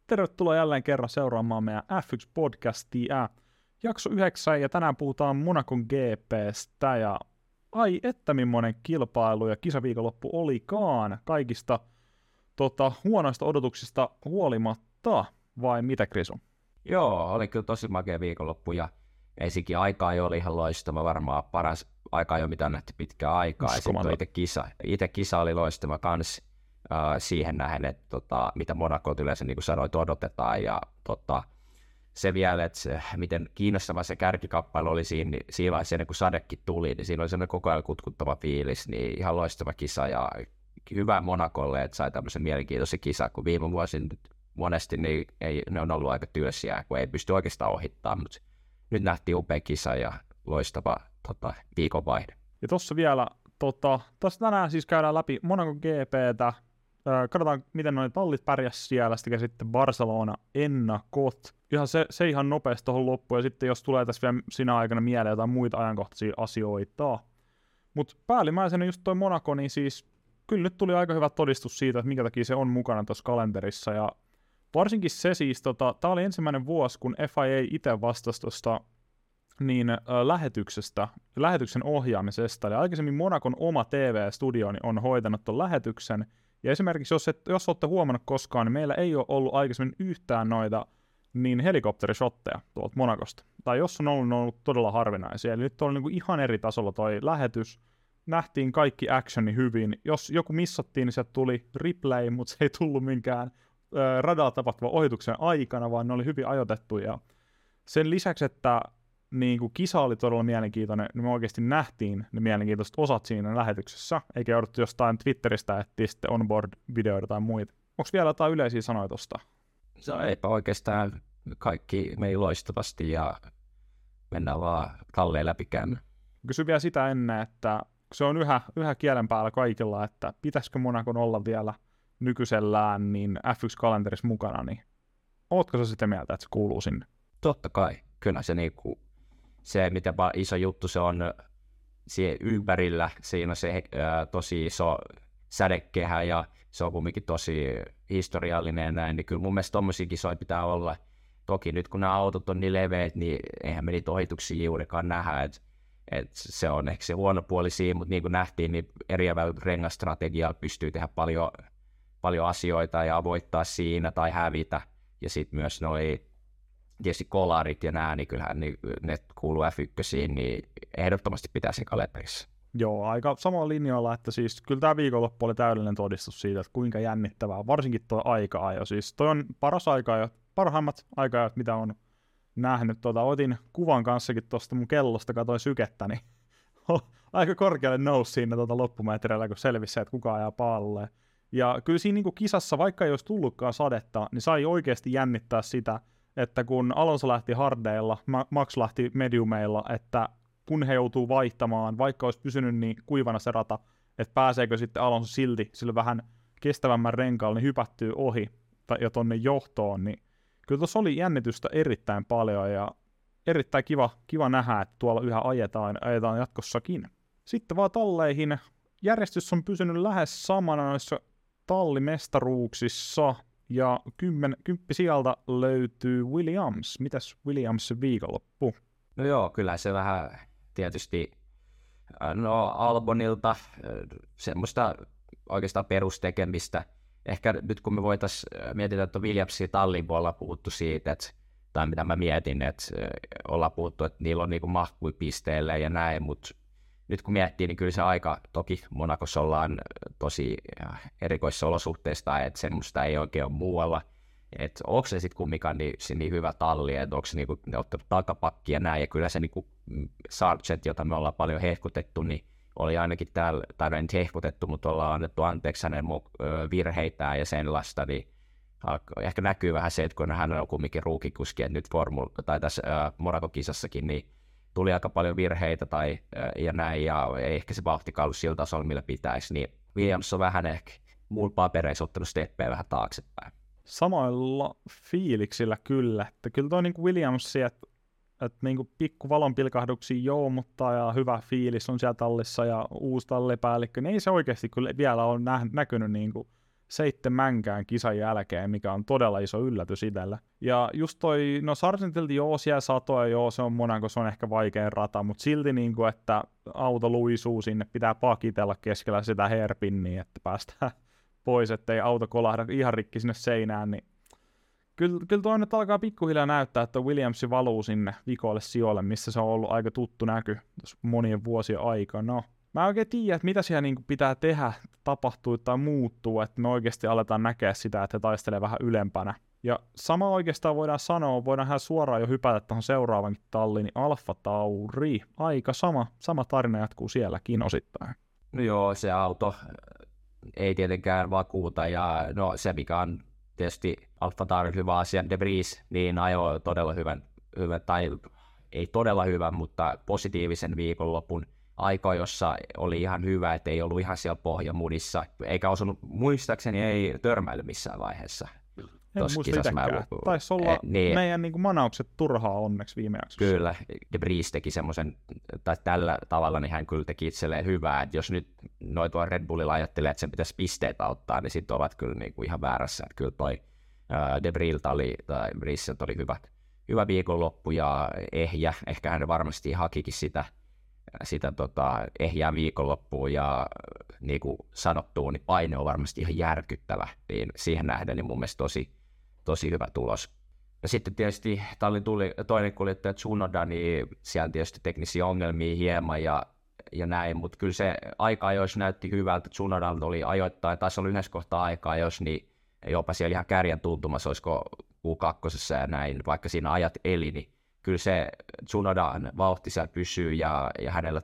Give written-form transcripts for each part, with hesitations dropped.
Tervetuloa jälleen kerran seuraamaan meidän F1-podcastia. Jakso 9 ja tänään puhutaan Monacon GP:stä ja ai että millainen kilpailu ja kisaviikonloppu olikaan kaikista huonoista odotuksista huolimatta, vai mitä Krisu? Joo, oli kyllä tosi makea viikonloppu ja ensinnäkin aikaa jo oli ihan loistava, varmaan paras aikaa jo mitä on nähty pitkään aikaa. Ja sitten itse kisa oli loistava kans siihen nähden, että mitä Monacolta yleensä niin kuin sanoit odotetaan ja se vielä, että miten kiinnostava se kärkikappailu oli siinä vaiheessa ennen kuin sadekin tuli, niin siinä oli sellainen koko ajan kutkuttava fiilis, niin ihan loistava kisa ja hyvä Monacolle, että sai tämmöisen mielenkiintoisen kisan, kun viime vuosin monesti niin ne on ollut aika tylsiä, kun ei pysty oikeastaan ohittamaan, mutta nyt nähtiin upea kisa ja loistava viikonvaihde. Ja tuossa vielä, tässä tänään siis käydään läpi Monacon GP:tä, katsotaan miten noin tallit pärjäs siellä, sitten Barcelona ennakot. Ihan se ihan nopeasti tuohon loppuun, ja sitten jos tulee tässä vielä siinä aikana mieleen jotain muita ajankohtaisia asioita. Mutta päällimmäisenä just toi Monaco, niin siis kyllä nyt tuli aika hyvä todistus siitä, että minkä takia se on mukana tuossa kalenterissa, ja varsinkin se siis, tää oli ensimmäinen vuosi, kun FIA itse vastasi tuosta lähetyksen ohjaamisesta, eli aikaisemmin Monacon oma TV-studio on hoitanut ton lähetyksen, ja esimerkiksi jos olette huomannut koskaan, niin meillä ei ole ollut aikaisemmin yhtään noita helikopterishotteja tuolta Monacosta. Tai jos on ollut todella harvinaisia. Eli nyt on niin kuin ihan eri tasolla toi lähetys. Nähtiin kaikki actioni hyvin. Jos joku missattiin, niin sieltä tuli replay, mutta se ei tullut minkään radalla tapahtuvan ohituksen aikana, vaan ne oli hyvin ajoitettu. Ja sen lisäksi, että niin kuin kisa oli todella mielenkiintoinen, niin me oikeasti nähtiin ne mielenkiintoiset osat siinä lähetyksessä, eikä jouduttu jostain Twitteristä etsiä sitten onboard-videoita tai muita. Onko vielä jotain yleisiä sanoja tosta? Eipä oikeastaan kaikki meni loistavasti ja mennään vaan talleen läpikäymään. Kysyn vielä sitä ennen, että se on yhä kielen päällä kaikilla, että pitäisikö Monacon olla vielä nykyisellään niin F1-kalenterissa mukana, niin ootko sä sitä mieltä, että se kuuluu sinne? Totta kai, kyllä se miten iso juttu se on siihen ympärillä, siinä on se tosi iso sädekehä ja se on kumminkin tosi historiallinen ja näin, niin kyllä mun mielestä tommosia kisoja pitää olla. Toki nyt kun nämä autot on niin leveät, niin eihän me niitä ohituksia juurikaan nähdä, että se on ehkä se huono puoli siinä, mutta niin kuin nähtiin, niin eriävällä rengastrategialla pystyy tehdä paljon asioita ja voittaa siinä tai hävitä, ja sitten myös noi tietysti kolarit ja nämä, niin kyllähän ne kuuluu F1, niin ehdottomasti pitää se kalenterissa. Joo, aika samalla linjalla, että siis kyllä tämä viikonloppu oli täydellinen todistus siitä, että kuinka jännittävää, varsinkin tuo aika-ajo. Siis toi on parhaimmat aika-ajot, mitä on nähnyt. Otin kuvan kanssakin tuosta mun kellosta, katsoin sykettä, niin aika korkealle nousi siinä loppumetreillä, kun selvisi, että kuka ajaa paalulle. Ja kyllä siinä niin kisassa, vaikka ei olisi tullutkaan sadetta, niin sai oikeasti jännittää sitä, että kun Alonso lähti hardeilla, Max lähti mediumeilla, että kun he joutuu vaihtamaan, vaikka olisi pysynyt niin kuivana se rata, että pääseekö sitten Alonso silti sillä vähän kestävämmän renkaalla, niin hypättyy ohi ja tonne johtoon, niin kyllä tuossa oli jännitystä erittäin paljon ja erittäin kiva nähdä, että tuolla yhä ajetaan jatkossakin. Sitten vaan talleihin. Järjestys on pysynyt lähes samana noissa tallimestaruuksissa ja 10 sieltä löytyy Williams. Mitäs Williamsin viikonloppu? No joo, kyllä se vähän tietysti Albonilta semmoista oikeastaan perustekemistä. Ehkä nyt kun me mietitään, että Williamsin tallin puolella puhuttu siitä, tai mitä mä mietin, että ollaan puhuttu, että niillä on niinku mahkui pisteelle ja näin, mutta nyt kun miettii, niin kyllä se aika, toki Monacossa ollaan tosi erikoisissa olosuhteissa, että semmoista ei oikein ole muualla. Että onko se sitten kumminkaan niin hyvä talli, että onko se niinku, ne ottanut takapakki ja näin, ja kyllä se niinku Sargent, jota me ollaan paljon hehkutettu, niin oli ainakin täällä, tai en hehkutettu, mutta ollaan annettu anteeksi hänen virheitään ja sellaista, niin ehkä näkyy vähän se, että kun hän on kumminkin ruukikuski, että nyt tai tässä Monaco-kisassakin, niin tuli aika paljon virheitä ja näin, ja ei ehkä se vauhtikaan ollut sillä tasolla, millä pitäisi, niin Williams on vähän ehkä muulla papereissa ottanut steppejä vähän taaksepäin. Samoilla fiiliksillä kyllä, että kyllä toi niinku Williams, että niinku pikku valonpilkahduksia joo, mutta ja hyvä fiilis on siellä tallissa ja uusi tallipäällikkö, niin ei se oikeasti kyllä vielä ole näkynyt niinku 7 kisan jälkeen, mikä on todella iso yllätys itsellä. Ja just toi, no Sargentilta joo, siellä satoja, joo, se on Monaco, se on ehkä vaikein rata, mutta silti niinku, että auto luisuu sinne, pitää pakitella keskellä sitä hairpinniä, että päästään pois, ettei auto kolahda ihan rikki sinne seinään, niin kyllä toi nyt alkaa pikkuhiljaa näyttää, että Williams valuu sinne vikoille sijoille, missä se on ollut aika tuttu näky tuossa monien vuosien aikana. No, mä en oikein tiedä, että mitä siellä niinku pitää tehdä, tapahtuu tai muuttuu, että me oikeasti aletaan näkeä sitä, että he taistelee vähän ylempänä. Ja sama oikeastaan voidaan sanoa, voidaan ihan suoraan jo hypätä tuohon seuraavankin talliin, niin Alfa Tauri. Aika sama tarina jatkuu sielläkin osittain. No joo, se auto ei tietenkään vakuuta, ja no se mikä on tietysti Alfa Taurin hyvä asia, De Vries, niin ajoi todella hyvän, tai ei todella hyvän, mutta positiivisen viikonlopun aika, jossa oli ihan hyvä, että ei ollut ihan siellä pohjamudissa, eikä osunut, muistaakseni ei törmäily missään vaiheessa. En muista itsekään. Taisi olla niin, meidän niin kuin manaukset turhaa onneksi viime jaksossa. Kyllä, De Vries teki semmoisen, tai tällä tavalla niin hän kyllä teki itselleen hyvää, että jos nyt tuo Red Bullilla ajattelee, että sen pitäisi pisteitä ottaa, niin sitten ovat kyllä niin kuin ihan väärässä. Että kyllä toi De Vriesiltä oli hyvä viikonloppu ja ehjä, ehkä hän varmasti hakikin sitä ehjää viikonloppuun, ja niin kuin sanottu, niin paine on varmasti ihan järkyttävä, niin siihen nähden niin mun mielestä tosi hyvä tulos. Ja sitten tietysti tallin tuli toinen kuljettaja Tsunoda, niin siellä tietysti teknisiä ongelmia hieman ja näin, mutta kyllä se aika-ajoissa näytti hyvältä. Tsunodalta oli ajoittain, taisi olla yhdessä kohtaa aika-ajoissa, niin jopa siellä ihan kärjen tuntumassa, olisiko Q2 ja näin, vaikka siinä ajat eli, niin kyllä se Tsunodan vauhti siellä pysyy ja hänellä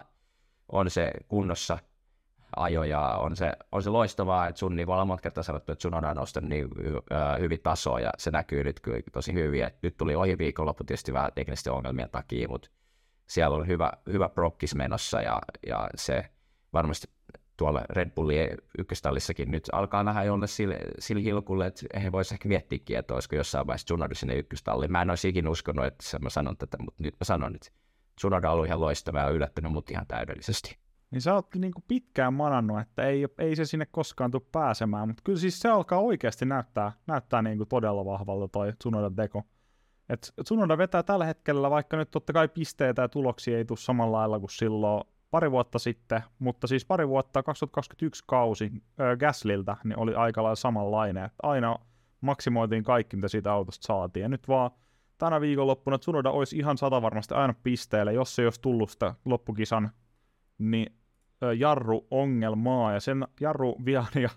on se kunnossa ajo ja on se loistavaa, että sun niin voi olla monta kertaa sanottu, että Tsunoda on nostanut niin hyvin tasoa ja se näkyy nyt kyllä tosi hyvin. Et nyt tuli ohi viikonloppu tietysti vähän teknisten ongelmien takia, mutta siellä on hyvä prokkis menossa ja se varmasti tuolla Red Bullin ykköstallissakin nyt alkaa vähän jolle sillä hilkulle, että he voisivat ehkä miettiäkin, että olisiko jossain vaiheessa Tsunoda sinne ykköstalliin. Mä en olisi ikinä uskonut, että mä sanon tätä, mutta nyt mä sanon, että Tsunoda on ollut ihan loistava ja yllättänyt mut ihan täydellisesti. Niin sä oot niinku pitkään manannut, että ei se sinne koskaan tule pääsemään, mutta kyllä siis se alkaa oikeasti näyttää niinku todella vahvalta toi Tsunodan teko. Et Tsunoda vetää tällä hetkellä, vaikka nyt totta kai pisteitä ja tuloksia ei tule samalla lailla kuin silloin pari vuotta sitten, mutta siis pari vuotta 2021 kausi Gaslyltä niin oli aika lailla samanlainen, että aina maksimoitiin kaikki, mitä siitä autosta saatiin, ja nyt vaan tänä viikonloppuna Tsunoda olisi ihan varmasti aina pisteellä, jos se ei olisi tullut sitä loppukisan niin jarru-ongelmaa, ja sen jarruvian ja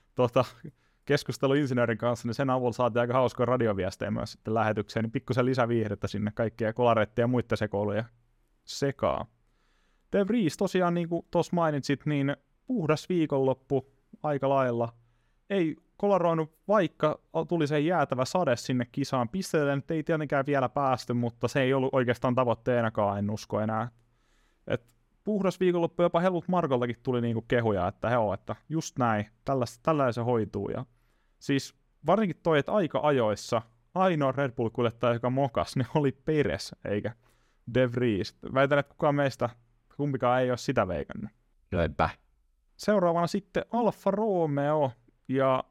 keskusteluinsinöörin kanssa, niin sen avulla saatiin aika hauskoja radioviestejä myös sitten lähetykseen, niin pikkusen lisäviihdettä sinne kaikkia kolareitteja ja muiden sekoiluja sekaan. De Vries tosiaan, niin kuin tuossa mainitsit, niin puhdas viikonloppu aika lailla. Ei kolaroinut, vaikka tuli se jäätävä sade sinne kisaan. Pisteelle nyt ei tietenkään vielä päästy, mutta se ei ollut oikeastaan tavoitteenakaan, en usko enää. Et puhdas viikonloppu, jopa Helmut Markoltakin tuli niinku kehuja, että just näin, tällainen se hoituu. Ja siis varsinkin toi, että aika ajoissa ainoa Red Bull-kuljettaja, joka mokas, ne oli Perez, eikä De Vries. Väitän, että kukaan meistä kumpikaan ei ole sitä veikannut. Joipä. Seuraavana sitten Alfa Romeo, ja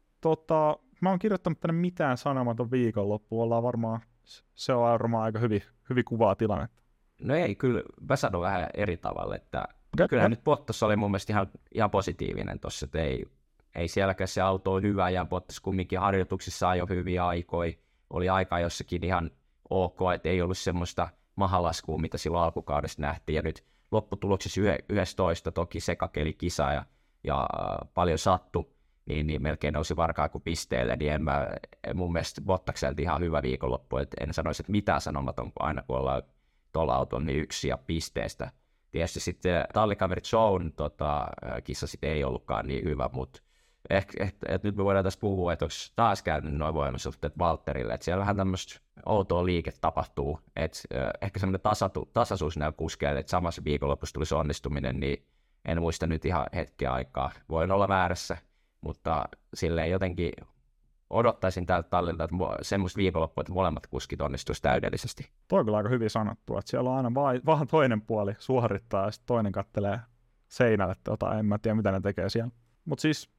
mä oon kirjoittanut tänne mitään sanomaton viikonloppu, ollaan varmaan, se on varmaan aika hyvin kuvaa tilannetta. No ei, kyllä mä sanon vähän eri tavalla, että kyllähän nyt Bottas oli mun mielestä ihan positiivinen tossa, että ei sielläkään se auto on hyvä, ja Bottas kumminkin harjoituksissa ajoi hyviä aikoja, oli aika jossakin ihan ok, että ei ollut semmoista mahalaskua, mitä silloin alkukaudessa nähtiin, ja nyt lopputuloksessa 11 toki sekakelikisa ja paljon sattu, niin melkein nousi varkaan kuin pisteelle, niin mun mielestä Bottakselta ihan hyvä viikonloppu, että en sanoisi, että mitään sanomaton, kun aina kun ollaan tuolla autolla niin yksi ja pisteestä. Tietysti sitten tallikaveri Joan kissa sitten ei ollutkaan niin hyvä, mutta ehkä nyt me voidaan tässä puhua, että onko taas käynyt noin voimasuhteet Valtterille, että siellä vähän tämmöistä outoa liikettä tapahtuu, että ehkä semmoinen tasaisuus näillä kuskeilla, että samassa viikonlopussa tulisi onnistuminen, niin en muista nyt ihan hetken aikaa. Voin olla väärässä, mutta silleen jotenkin odottaisin tältä tallilta, että semmoista viikonloppua, että molemmat kuskit onnistuisi täydellisesti. Toi on kyllä aika hyvin sanottu, että siellä on aina vaan toinen puoli suorittaa ja sitten toinen kattelee seinälle, en mä tiedä mitä ne tekee siellä. Mutta siis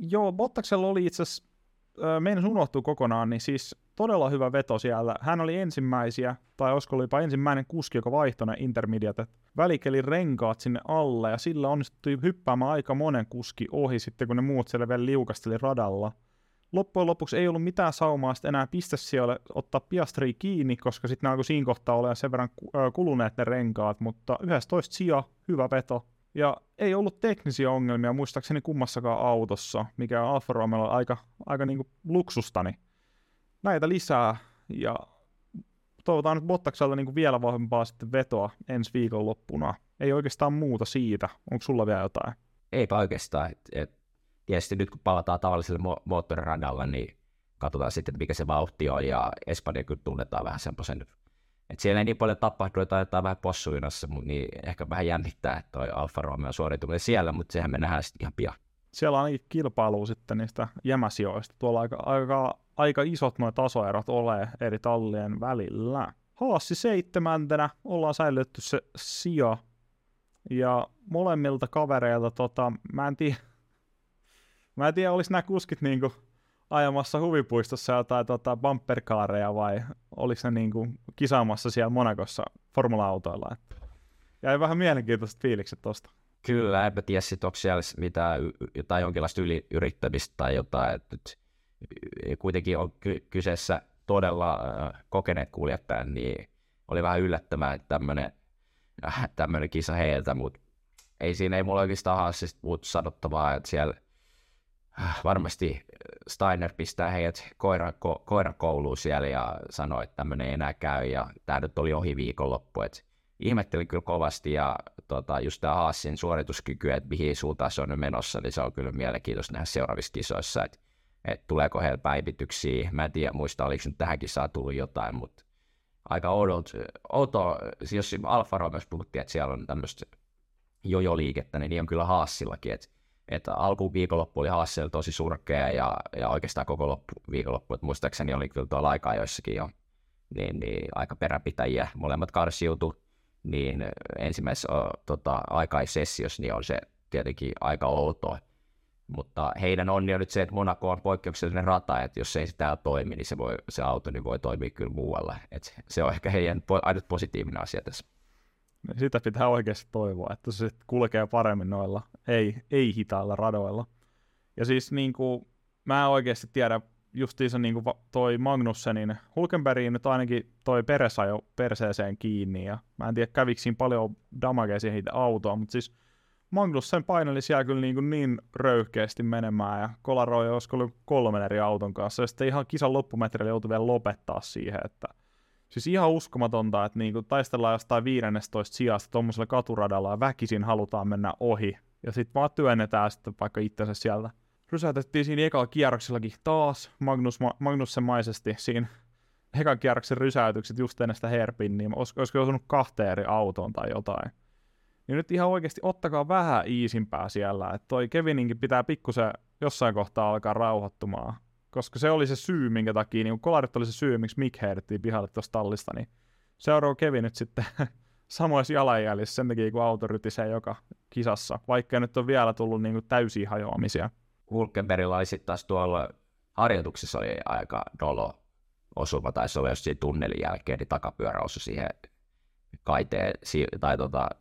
Joo, Bottaksella oli itse asiassa, meidän unohtuu kokonaan, niin siis todella hyvä veto siellä. Hän oli ensimmäisiä, tai olisiko oli jopa ensimmäinen kuski, joka vaihtoi ne intermediate välikelin renkaat sinne alle, ja sillä onnistui hyppäämään aika monen kuski ohi sitten, kun ne muut siellä vielä liukasteli radalla. Loppujen lopuksi ei ollut mitään saumaa sitten enää pistesijoille ottaa Piastria kiinni, koska sitten ne alkoi siinä kohtaa olemaan sen verran kuluneet ne renkaat, mutta 11 sija, hyvä veto. Ja ei ollut teknisiä ongelmia muistaakseni kummassakaan autossa, mikä on Alfa Romeolla aika niinku luksustani. Näitä lisää, ja toivotaan nyt Bottakselta niinku vielä vahvempaa sitten vetoa ensi viikonloppuna. Ei oikeastaan muuta siitä. Onko sulla vielä jotain? Eipä oikeastaan. Tietysti nyt kun palataan tavalliselle moottoriradalla, niin katsotaan sitten, mikä se vauhti on, ja Espanja kyllä tunnetaan vähän semmoisen, että siellä ei niin paljon tapahdu, jotain vähän possuinassa, mutta niin ehkä vähän jännittää, että toi Alfa Romeo suorituminen siellä, mutta sehän me nähdään sitten ihan pian. Siellä on ainakin kilpailua sitten niistä jämäsijoista. Tuolla aika isot nuo tasoerot ole eri tallien välillä. Haassi 7. ollaan säilytetty se sija, ja molemmilta kavereilta, mä en tiedä, olis nämä kuskit niinku ajamassa huvipuistossa jotain bumperkaareja vai oliko ne niinku kisaamassa siellä Monacossa formula-autoilla. Jäi vähän mielenkiintoiset fiilikset tosta. Kyllä, enpä tiedä sit, onko siellä mitään jotain jonkinlaista yliyrittämistä tai jotain. Et nyt kuitenkin on kyseessä todella kokeneet kuljettajat, niin oli vähän yllättävää, että tämmöinen kisa heiltä, mutta ei mulla oikeastaan haastista muuta sanottavaa, että siellä varmasti Steiner pistää heidät koirakouluun siellä ja sanoi, että tämmöinen ei enää käy, ja tämä nyt oli ohi viikonloppu. Et ihmettelin kyllä kovasti, ja just tämä Haasin suorituskyky, että mihin suuntaan se on nyt menossa, niin se on kyllä mielenkiintoista nähdä seuraavissa kisoissa, että tuleeko heillä päivityksiä. Mä en tiedä muista, oliko nyt tähän kisaan tullut jotain, mutta aika outoa, jos Alfa Romeossa puhuttiin, että siellä on tämmöistä jojo-liikettä, niin on kyllä Haasillakin, että alkuviikonloppu oli Haasilla tosi surkea ja oikeastaan koko viikonloppu, että muistaakseni oli kyllä tuolla aika-ajoissakin jo niin aika peräpitäjiä, molemmat karsiutu, niin ensimmäisessä aikaisessiossa niin on se tietenkin aika outoa, mutta heidän onni on nyt se, että Monaco on poikkeuksellinen rata, että jos ei se täällä toimi, niin se auto niin voi toimia kyllä muualla, että se on ehkä heidän ainut positiivinen asia tässä. Sitä pitää oikeasti toivoa, että se kulkee paremmin noilla ei-hitailla radoilla. Ja siis niinku, mä en oikeasti tiedä, justiinsa niinku toi Magnussenin, Hulkenbergiin nyt ainakin toi Peres ajoi perseeseen kiinni, ja mä en tiedä kävikö siinä paljon damagea siihen autoa, mutta siis Magnussen paineli siellä kyllä niin röyhkeästi menemään, ja kolaroi olisiko ollut 3 eri auton kanssa, ja sitten ihan kisan loppumetrillä joutui vielä lopettaa siihen, että siis ihan uskomatonta, että niinku taistellaan jostain 15 sijasta tuommoisella katuradalla ja väkisin halutaan mennä ohi. Ja sitten vaan työnnetään sitten vaikka itsensä sieltä. Rysäytettiin siinä ekalla kierroksellakin taas Magnussen-maisesti siinä ekan kierroksen rysäytykset just ennen sitä hairpinnia. Olisiko osunut 2 eri autoon tai jotain. Niin nyt ihan oikeasti ottakaa vähän iisimpää siellä. Että toi Kevininkin pitää pikkusen jossain kohtaa alkaa rauhoittumaan. Koska se oli se syy, minkä takia, niin kolarit oli se syy, miksi Mick heitettiin pihalle tuosta tallista, niin seuraava Kevin nyt sitten samoissa jalanjäljissä sen takia, kun auto rytisee joka kisassa, vaikka nyt on vielä tullut niin kuin täysiä hajoamisia. Hulkenbergillä oli sitten taas tuolla harjoituksessa oli aika nolo osuma, taisi olla jos siinä tunnelin jälkeen, niin takapyörä osui siihen kaiteen tai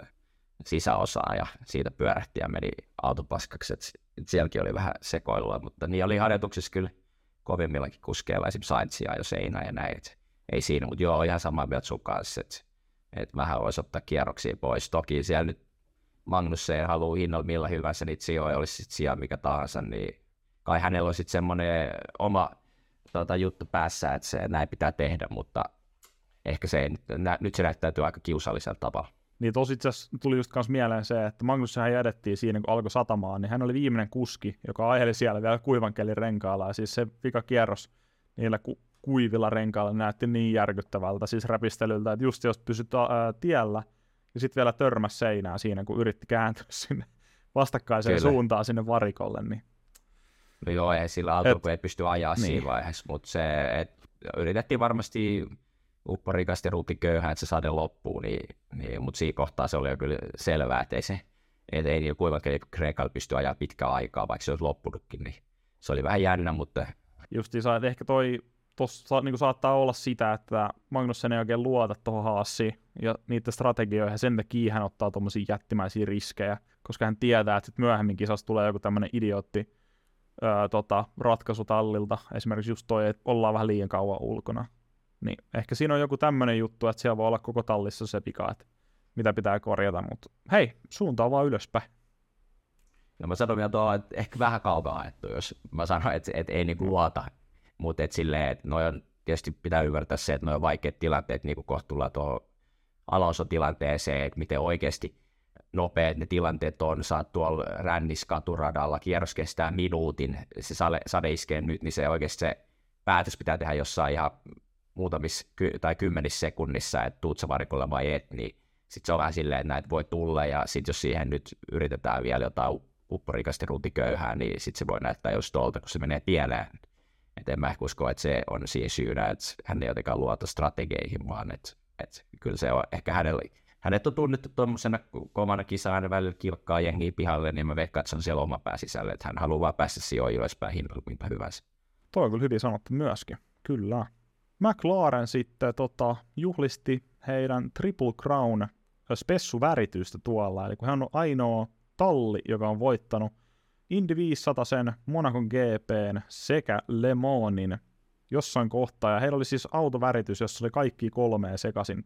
sisäosaan ja siitä pyörähti ja meni autopaskaksi, että sielläkin oli vähän sekoilua, mutta niin oli harjoituksessa kyllä kovimmillakin kuskeilla, esimerkiksi Sainzia jo seinään ja näin, ei siinä, mutta joo, ihan samaa mieltä sun kanssa, että vähän voisi ottaa kierroksia pois. Toki siellä nyt Magnussen haluaa hinnalla millä hyvänsä niitä sijoja, olisi sitten sija mikä tahansa, niin kai hänellä on sitten semmoinen oma juttu päässä, että se näin pitää tehdä, mutta ehkä se nyt se näyttäytyy aika kiusallisella tavalla. Niin tosi itse asiassa tuli just kans mieleen se, että Magnussenhan jätettiin siinä, kun alkoi satamaan, niin hän oli viimeinen kuski, joka ajeli siellä vielä kuivan kelin renkaalla, ja siis se vikakierros niillä kuivilla renkailla näytti niin järkyttävältä, siis räpistelyltä, että just jos pysyt tiellä, ja sitten vielä törmäsi seinään siinä, kun yritti kääntyä sinne vastakkaiseen suuntaan sinne varikolle, niin... No joo, ei sillä autolla, kun ei pysty ajaa niin siinä vaiheessa, mutta se, yritettiin varmasti upporikasti ruutti köyhään, että se sade loppuu, mutta siinä kohtaa se oli jo kyllä selvää, että ei niillä kuivan kelin renkailla pysty ajaa pitkään aikaa, vaikka se olisi loppunutkin, niin se oli vähän jännä, mutta Justiinsa, että ehkä tuossa niin saattaa olla sitä, että Magnussen ei oikein luota tuohon Haasiin ja niiden strategioihin, ja sen takia hän ottaa tuommoisia jättimäisiä riskejä, koska hän tietää, että sit myöhemmin kisassa tulee joku tämmöinen idiootti ratkaisu tallilta, esimerkiksi just toi, että ollaan vähän liian kauan ulkona. Niin ehkä siinä on joku tämmöinen juttu, että siellä voi olla koko tallissa se vika, että mitä pitää korjata, mutta hei, suuntaa vaan ylöspäin. no mä sanon vielä tuolla, että ehkä vähän kaukaa ajettu, jos mä sanon, että ei niinku luota, mutta et silleen, että noi on, tietysti pitää ymmärtää se, että noi on vaikeat tilanteet, niin kuin kohta tullaan tuohon Alonso-tilanteeseen, että miten oikeasti nopeat ne tilanteet on, sä oot tuolla rännissä katuradalla, kierros kestää minuutin, se sade iskee nyt, niin se oikeasti se päätös pitää tehdä jossain ihan muutamissa tai 10 sekunnissa, että tuut sä varikolla vai et, niin sitten se on vähän silleen, että näitä voi tulla, ja sitten jos siihen nyt yritetään vielä jotain upporikasti rutiköyhää, niin sitten se voi näyttää just tuolta, kun se menee pieleen. Et en mä ehkä usko, että se on siinä syynä, että hän ei jotenkaan luota strategeihin, vaan että kyllä se on ehkä hänet on tunnettu tuommoisena kovana kisaan välillä kilkkaa jengiä pihalle, niin mä veikkaan, että se on siellä oma pää sisällä, että hän haluaa vaan päästä sijoihin ylöspäin hinnalla, mitä hyvänsä. Toi on kyllä hyvin sanottu myöskin, kyllä. McLaren sitten juhlisti heidän Triple Crown spessuväritystä tuolla, eli kun hän on ainoa talli, joka on voittanut Indy 500, Monacon GP:n sekä Le Mansin jossain kohtaa, ja heillä oli siis autoväritys, jossa oli kaikki 3 sekaisin.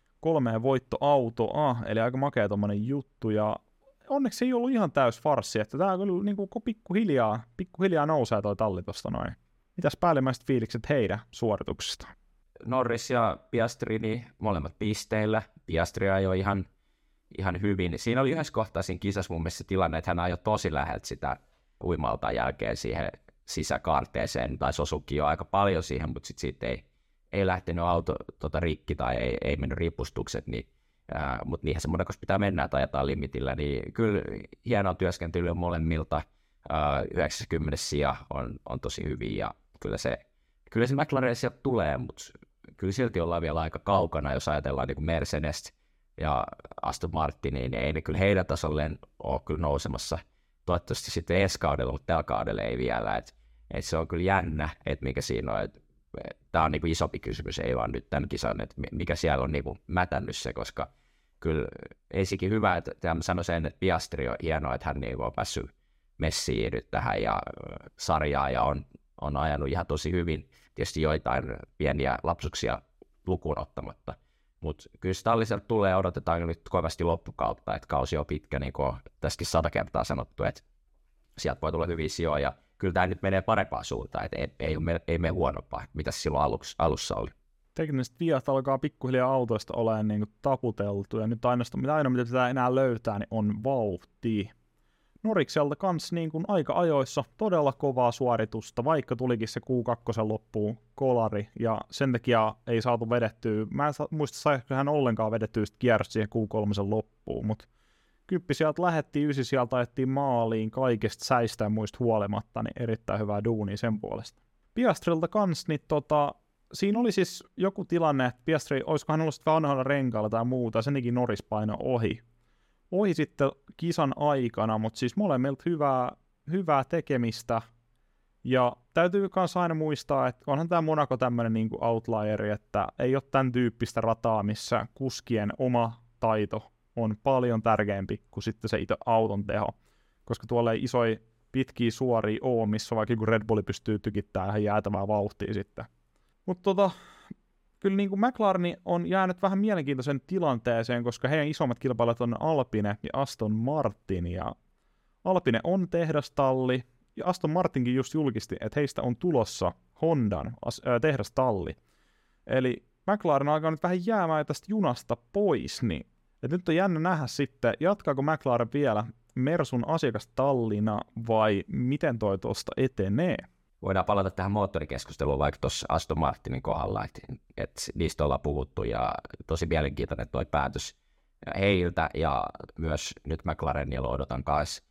3 voittoautoa, eli aika makea tommonen juttu, ja onneksi ei ollut ihan täys farssi, että tää kyllä niin kuin pikkuhiljaa nousee toi talli tosta noin. Mitäs päällimmäiset fiilikset heidän suorituksista? Norris ja Piastri, niin molemmat pisteillä. Piastri ajoi ihan hyvin. Siinä oli yhdessä kohtaa siinä kisassa mun mielestä tilanne, että hän ajoi tosi läheltä sitä uimaltaan jälkeen siihen sisäkaarteeseen, tai osuikin jo aika paljon siihen, mutta sitten siitä ei lähtenyt auto rikki tai ei mennyt ripustukset, niin, mutta niinhän se Monacossa pitää mennä, että ajetaan limitillä, niin kyllä hienoa työskentelyä molemmilta, 90 sija on tosi hyvin, ja kyllä se McLaren sieltä tulee, mutta kyllä silti ollaan vielä aika kaukana, jos ajatellaan niin kuin Mercedes ja Aston Martin, niin ei ne kyllä heidän tasolleen ole kyllä nousemassa. Toivottavasti sitten ensi kaudella, mutta tällä kaudella ei vielä. Et se on kyllä jännä, että mikä siinä on. Tämä on niin kuin isompi kysymys, ei vaan nyt tämän kisan, että mikä siellä on niin kuin mätännyt se, koska kyllä ensinnäkin hyvä, että mä sanoin sen, että Piastri on hienoa, että hän niin kuin on päässyt messiin nyt tähän ja sarjaan ja on ajanut ihan tosi hyvin. Tietysti joitain pieniä lapsuksia lukuun ottamatta. Mutta kyllä Stalliselta tulee, odotetaan nyt kovasti loppukautta, että kausi on pitkä, niin kuin on tässäkin 100 kertaa sanottu, että sieltä voi tulla hyviä sijoja, ja kyllä tämä nyt menee parempaan suuntaan, että ei mene huonompaa, mitä se silloin alussa oli. Tekniset viat alkaa pikkuhiljaa autoista olemaan niin kuin taputeltu, ja nyt ainoa mitä pitää enää löytää, niin on vauhti. Norikselta kans niin kuin aika ajoissa todella kovaa suoritusta, vaikka tulikin se Q2 loppuun kolari, ja sen takia ei saatu vedettyä, mä en muista saiko hän ollenkaan vedettyä kierrosta siihen Q3 loppuun, mutta 10 sieltä lähettiin, 9 sieltä ajettiin maaliin kaikesta säistä ja muista huolimatta, niin erittäin hyvää duunia sen puolesta. Piastrilta kans, niin siinä oli siis joku tilanne, että Piastri, olisiko hän ollut sitten vanhalla renkaalla tai muuta, senkin Norris paino ohi sitten kisan aikana, mutta siis molemmilta hyvää tekemistä. Ja täytyy myös aina muistaa, että onhan tämä Monaco tämmöinen niin kuin outlieri, että ei ole tämän tyyppistä rataa, missä kuskien oma taito on paljon tärkeämpi kuin sitten se itse auton teho. Koska tuolla ei isoja pitkiä suoria ole, missä vaikka kun Red Bulli pystyy tykittämään ihan jäätävää vauhtia sitten. Mutta kyllä niin kuin McLaren on jäänyt vähän mielenkiintoisen tilanteeseen, koska heidän isommat kilpailijat on Alpine ja Aston Martin, ja Alpine on tehdastalli, ja Aston Martinkin just julkisti, että heistä on tulossa Hondan tehdastalli. Eli McLaren alkaa nyt vähän jäämään tästä junasta pois, niin että nyt on jännä nähdä sitten, jatkaako McLaren vielä Mersun asiakastallina vai miten toi tuosta etenee. Voidaan palata tähän moottorikeskusteluun vaikka tuossa Aston Martinin kohdalla, että niistä ollaan puhuttu ja tosi mielenkiintoinen toi päätös heiltä ja myös nyt McLarenilla odotan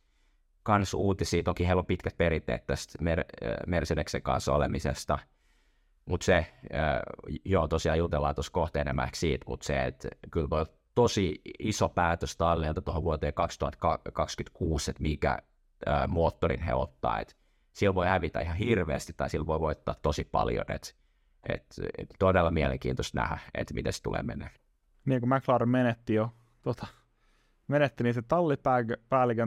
kans uutisia. Toki heillä on pitkät perinteet tästä Mercedeksen kanssa olemisesta, mutta se, joo tosiaan jutellaan tuossa kohta enemmän siitä, mutta se, että kyllä voi tosi iso päätös tallilta tuohon vuoteen 2026, että mikä moottorin he ottaa, että sillä voi hävitä ihan hirveästi tai sillä voi voittaa tosi paljon, että todella mielenkiintoista nähdä, että miten se tulee mennä. Niin kuin McLaren menetti niin se tallipäällikön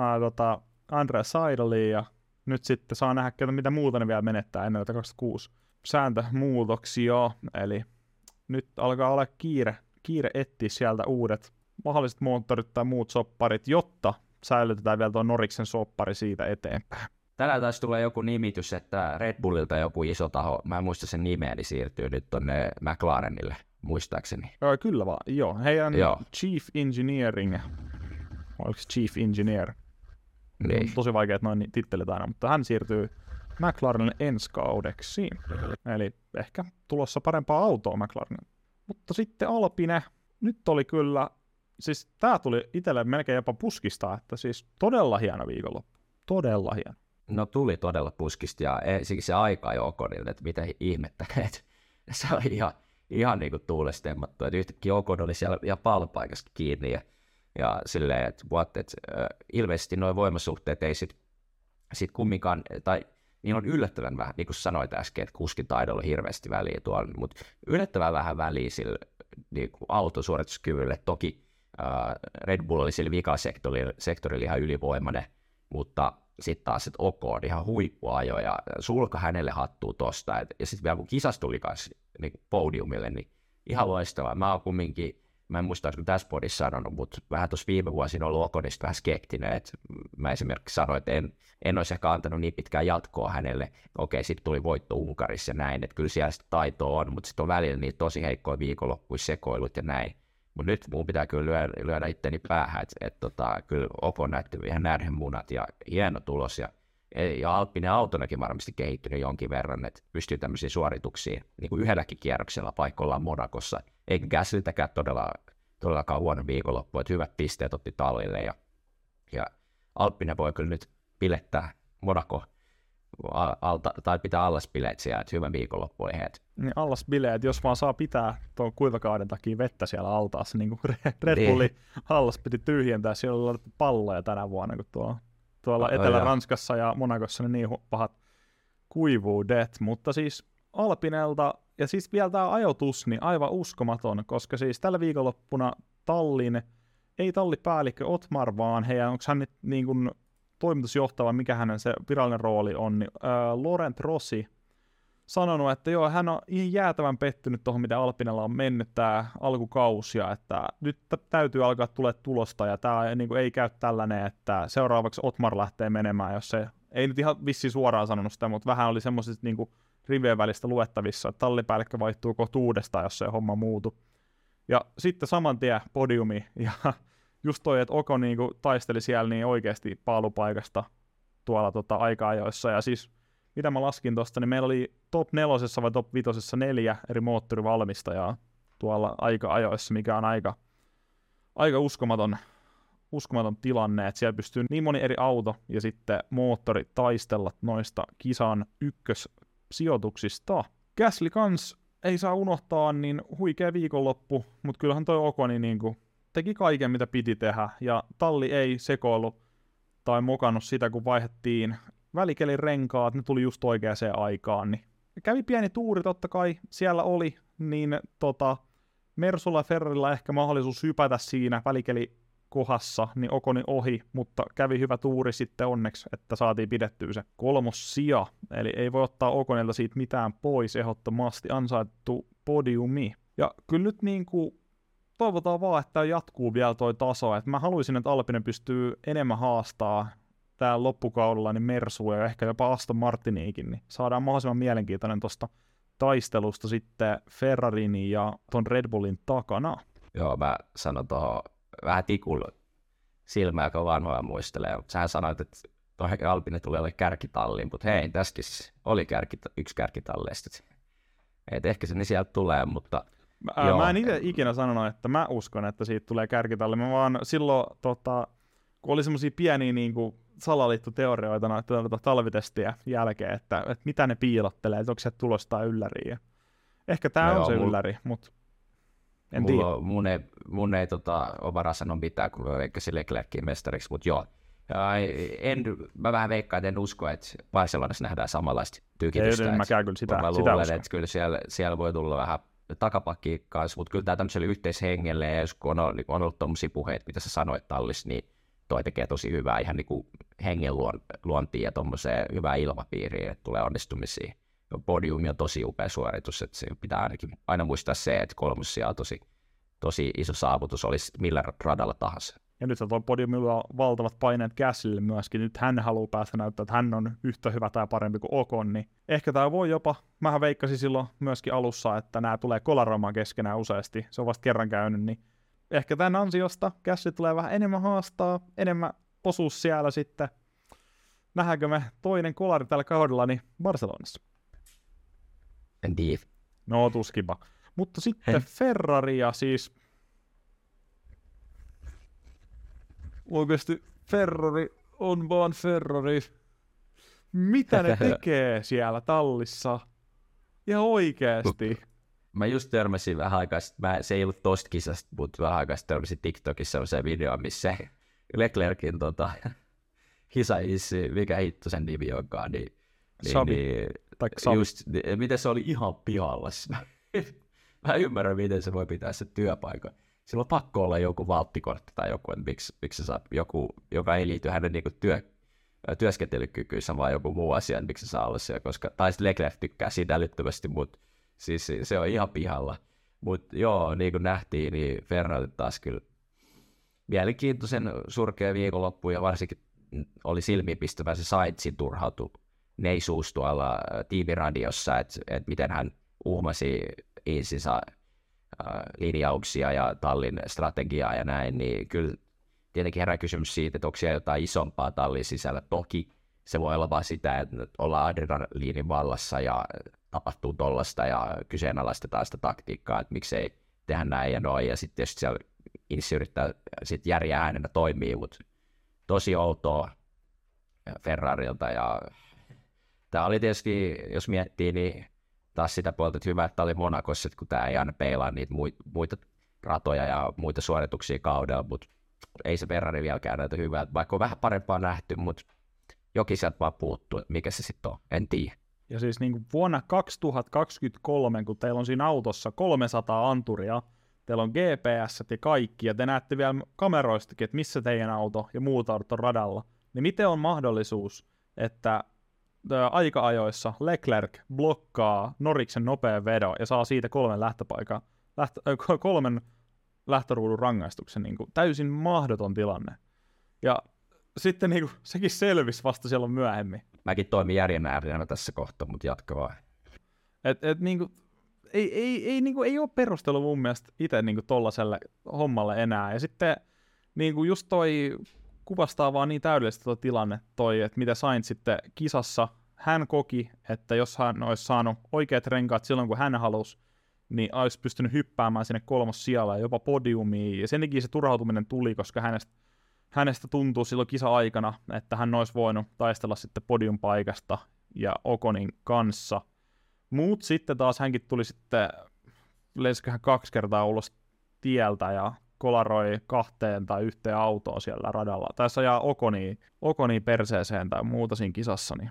Andrea Seideliin, ja nyt sitten saa nähdä, mitä muuta ne vielä menettää ennen 26 sääntömuutoksia, eli nyt alkaa olla kiire etsiä sieltä uudet mahdolliset moottorit tai muut sopparit, jotta säilytetään vielä tuo Norriksen soppari siitä eteenpäin. Tänään taisi tulla joku nimitys, että Red Bullilta joku iso taho, mä en muista sen nimeä, niin siirtyy nyt tonne McLarenille, muistaakseni. Kyllä vaan, joo. Heidän Chief Engineering, oliko se Chief Engineer? Niin. Tosi vaikeat noin tittelit aina, mutta hän siirtyy McLarenille ensi kaudeksi. Eli ehkä tulossa parempaa autoa McLarenille. Mutta sitten Alpine, nyt oli kyllä, siis tää tuli itselle melkein jopa puskista, että siis todella hieno viikonloppu. Todella hieno. No tuli todella puskista ja siksi se aika jo Oconille, että mitä ihmettä, että se oli ihan niin kuin tuulestemmattu, että yhtäkkiä Ocon oli siellä ihan pallonpaikassa kiinni ja silleen, että ilmeisesti nuo voimasuhteet ei sit kumminkaan, tai niin on yllättävän vähän, niin kuin sanoit äsken, että kuskin taidolla on hirveästi väliä tuolla, mutta yllättävän vähän väliä sillä niin kuin autosuorituskyvylle. Toki Red Bull oli sillä vikasektorilla ihan ylivoimainen, mutta sitten taas, että Ocon ihan huippuajo ja sulka hänelle hattuu tosta. Ja sitten vielä kun kisas tuli kanssa niin podiumille, niin ihan loistavaa. Mä oon kumminkin, mä en muista, olisiko tässä podissa sanonut, mutta vähän tuossa viime vuosina ollut Oconista vähän skeptinen. Että mä esimerkiksi sanoin, että en olisi ehkä antanut niin pitkään jatkoa hänelle. Okei, sitten tuli voitto Unkarissa ja näin, että kyllä siellä sitä taitoa on, mutta sitten on välillä niitä tosi heikkoja viikonloppuja sekoilut ja näin. Mutta nyt mun pitää kyllä lyödä itteni päähän, että kyllä Ocon näytti ihan närhemunat ja hieno tulos. Ja Alpine autonakin varmasti kehittynyt jonkin verran, että pystyy tämmöisiin suorituksiin niin kuin yhdelläkin kierroksella paikoillaan Monacossa. Eikä Gaslyltäkään todellakaan huono viikonloppu, että hyvät pisteet otti tallille. Ja Alpine voi kyllä nyt pilettää Monaco tai pitää allaspileet siellä, että hyvä viikonloppu oli heitä. Niin allaspileet, jos vaan saa pitää tuon kuivakauden takia vettä siellä altaassa, niin kuin Red Bullin allas piti tyhjentää, siellä oli laitettu palloja tänä vuonna, kun tuolla Etelä-Ranskassa ja Monacossa niin pahat kuivuudet, mutta siis Alpinelta, ja siis vielä tämä ajoitus, niin aivan uskomaton, koska siis tällä viikonloppuna ei tallipäällikkö Otmar, vaan onko hän nyt niin kuin toimitusjohtava, mikä hänen se virallinen rooli on, niin Laurent Rossi sanonut, että joo, hän on ihan jäätävän pettynyt tuohon, mitä Alpinella on mennyt tämä alkukausia, että nyt täytyy alkaa tulee tulosta, ja tämä niin kuin ei käy tällainen, että seuraavaksi Otmar lähtee menemään, jos se, ei nyt ihan vissiin suoraan sanonut sitä, mutta vähän oli semmoisesta niin kuin rivien välistä luettavissa, että tallipäällikkö vaihtuu kohta uudestaan, jos se homma muutu. Ja sitten saman tien podiumi, ja just toi, että Ocon niin kuin taisteli siellä niin oikeasti paalupaikasta tuolla aika-ajoissa, ja siis mitä mä laskin tosta, niin meillä oli top 4 vai top 5 4 eri moottorivalmistajaa tuolla aika-ajoissa, mikä on aika uskomaton tilanne, että siellä pystyy niin moni eri auto ja sitten moottori taistella noista kisan ykkössijoituksista. Gasly kans ei saa unohtaa, niin huikea viikonloppu, mutta kyllähän toi Oconi niin teki kaiken, mitä piti tehdä, ja talli ei sekoillut tai mokannut sitä, kun vaihdettiin välikelin renkaat, ne tuli just oikeaan aikaan, niin kävi pieni tuuri totta kai, siellä oli, niin Mersulla ja Ferrarilla ehkä mahdollisuus hypätä siinä välikelikohdassa, niin Oconi ohi, mutta kävi hyvä tuuri sitten onneksi, että saatiin pidettyä se 3. sija, eli ei voi ottaa Oconilta siitä mitään pois, ehdottomasti ansaittu podiumi. Ja kyllä nyt niinku toivotaan vaan, että jatkuu vielä toi taso, että mä haluaisin, että Alpine pystyy enemmän haastaa täällä loppukaudella niin Mersua ja ehkä jopa Aston Martiniikin, niin saadaan mahdollisimman mielenkiintoinen tuosta taistelusta sitten Ferrarin ja ton Red Bullin takana. Joo, mä sanon tuohon vähän tikulla silmää, joka vanhoja muistelee, mutta sähän sanoit, että tuohon Alpine tulee olemaan kärkitalliin, mutta hei, tässäkin oli yksi kärkitalleista. Et ehkä se niin sieltä tulee, mutta mä en itse ikinä sanonut, että mä uskon, että siitä tulee kärkitalli, mä vaan silloin, kun oli semmosia pieniä niinku salaliittoteorioita noita talvitestiä jälkeen, että mitä ne piilottelee, että onko se tulosta ylläriä. Ehkä tää on se ylläri, mutta en tiedä. Mun ei ole varaa sanoa mitään, kun veikkasin Leclerkin mestariksi, mutta joo, Mä vähän veikkaan, että en usko, että Barcelonassa nähdään samanlaista tykitystä. Ei, mäkään kyllä sitä luulen, uskon. että kyllä siellä voi tulla vähän takapakki kanssa, mutta kyllä tämä tämmöiselle yhteishengelle, ja jos kun on ollut tuommoisia puheita, mitä sä sanoit Tallis, niin toi tekee tosi hyvää ihan niin kuin hengen luontiin ja tuommoiseen hyvää ilmapiiriin, että tulee onnistumisia. Podiumi on tosi upea suoritus, että se pitää ainakin aina muistaa se, että kolmosia on tosi iso saavutus, olisi millä radalla tahansa. Ja nyt tuo podiumilla on valtavat paineet Gaslylle myöskin. Nyt hän haluaa päästä näyttää, että hän on yhtä hyvä tai parempi kuin Ocon, niin ehkä tämä voi jopa, mähän veikkasin silloin myöskin alussa, että nämä tulee kolaroimaan keskenään useasti. Se on vasta kerran käynyt, niin ehkä tämän ansiosta Gasly tulee vähän enemmän haastaa, enemmän osuus siellä sitten. Nähdäänkö me toinen kolari tällä kaudella, niin Barcelonassa? En tiedä. No tuskinpa. Mutta sitten Ferraria siis... Oikeasti Ferrari on vaan Ferrari. Mitä ne tekee siellä tallissa? Ja oikeasti. Mä just törmäsin vähän aikaa sitten, se ei ollut tosta kisasta, mutta vähän aikaa sitten törmäsin TikTokissa sellaiseen videoon, missä Leclerkin kisaissi, mikä hitto sen nimi onkaan, niin just, miten se oli ihan pihalla. Mä ymmärrän, miten se voi pitää se työpaikan. Sillä on pakko olla joku valttikortti tai joku, että miksi se saa joku, joka ei liity hänen niinku työskentelykykyysä, vaan joku muu asia, että miksi se saa olla siellä, koska tai sitten Leclerc tykkää siitä älyttömästi, mutta siis se on ihan pihalla. Mutta joo, niin kuin nähtiin, niin Ferrari taas kyllä mielenkiintoisen surkea viikonloppu, ja varsinkin oli silmiinpistävä se Sainzin turhautuneisuus tuolla tiimiradiossa, että miten hän uhmasi insinsä linjauksia ja tallin strategiaa ja näin, niin kyllä tietenkin herää kysymys siitä, että onko siellä jotain isompaa tallin sisällä. Toki se voi olla vaan sitä, että ollaan adrenaliinin vallassa ja tapahtuu tollasta ja kyseenalaistetaan sitä taktiikkaa, että miksei tehdä näin ja noin, ja sitten tietysti siellä Inssi yrittää sitten järjää äänenä toimii, mutta tosi outoa Ferrarilta, ja tämä oli tietysti, jos miettii, niin taas sitä puolta, että hyvä, että tämä oli Monacossa, kun tämä ei aina peilaa niitä muita ratoja ja muita suorituksia kaudella, mutta ei se Ferrari vieläkään näytä hyvää, vaikka on vähän parempaa nähty, mutta jokin sieltä vaan puuttuu, että mikä se sitten on, en tiedä. Ja siis niin kuin vuonna 2023, kun teillä on siinä autossa 300 anturia, teillä on GPS ja kaikki, ja te näette vielä kameroistakin, että missä teidän auto ja muut autot on radalla, niin miten on mahdollisuus, että aika-ajoissa Leclerc blokkaa Norriksen nopean vedon ja saa siitä 3 lähtöruudun rangaistuksen. Niin kuin täysin mahdoton tilanne. Ja sitten niin kuin, sekin selvisi vasta silloin myöhemmin. Mäkin toimin järjen äärellä tässä kohtaa, mutta jatka vaan. Niin kuin, ei ole perustelu mun mielestä itse niin tollaselle hommalle enää. Ja sitten niin kuin just toi kuvastaa vaan niin täydellisesti tuo tilanne että mitä Sainz sitten kisassa, hän koki, että jos hän olisi saanut oikeat renkaat silloin, kun hän halusi, niin olisi pystynyt hyppäämään sinne 3. sijalle ja jopa podiumiin. Ja sen takia se turhautuminen tuli, koska hänestä tuntuu silloin kisa-aikana, että hän olisi voinut taistella sitten podiumpaikasta ja Oconin kanssa. Mut sitten taas hänkin tuli sitten, lensiköhän 2 kertaa ulos tieltä ja kolaroi 2 tai 1 autoa siellä radalla. Tässä ajaa Oconiin perseeseen tai muuta siinä kisassa. Niin.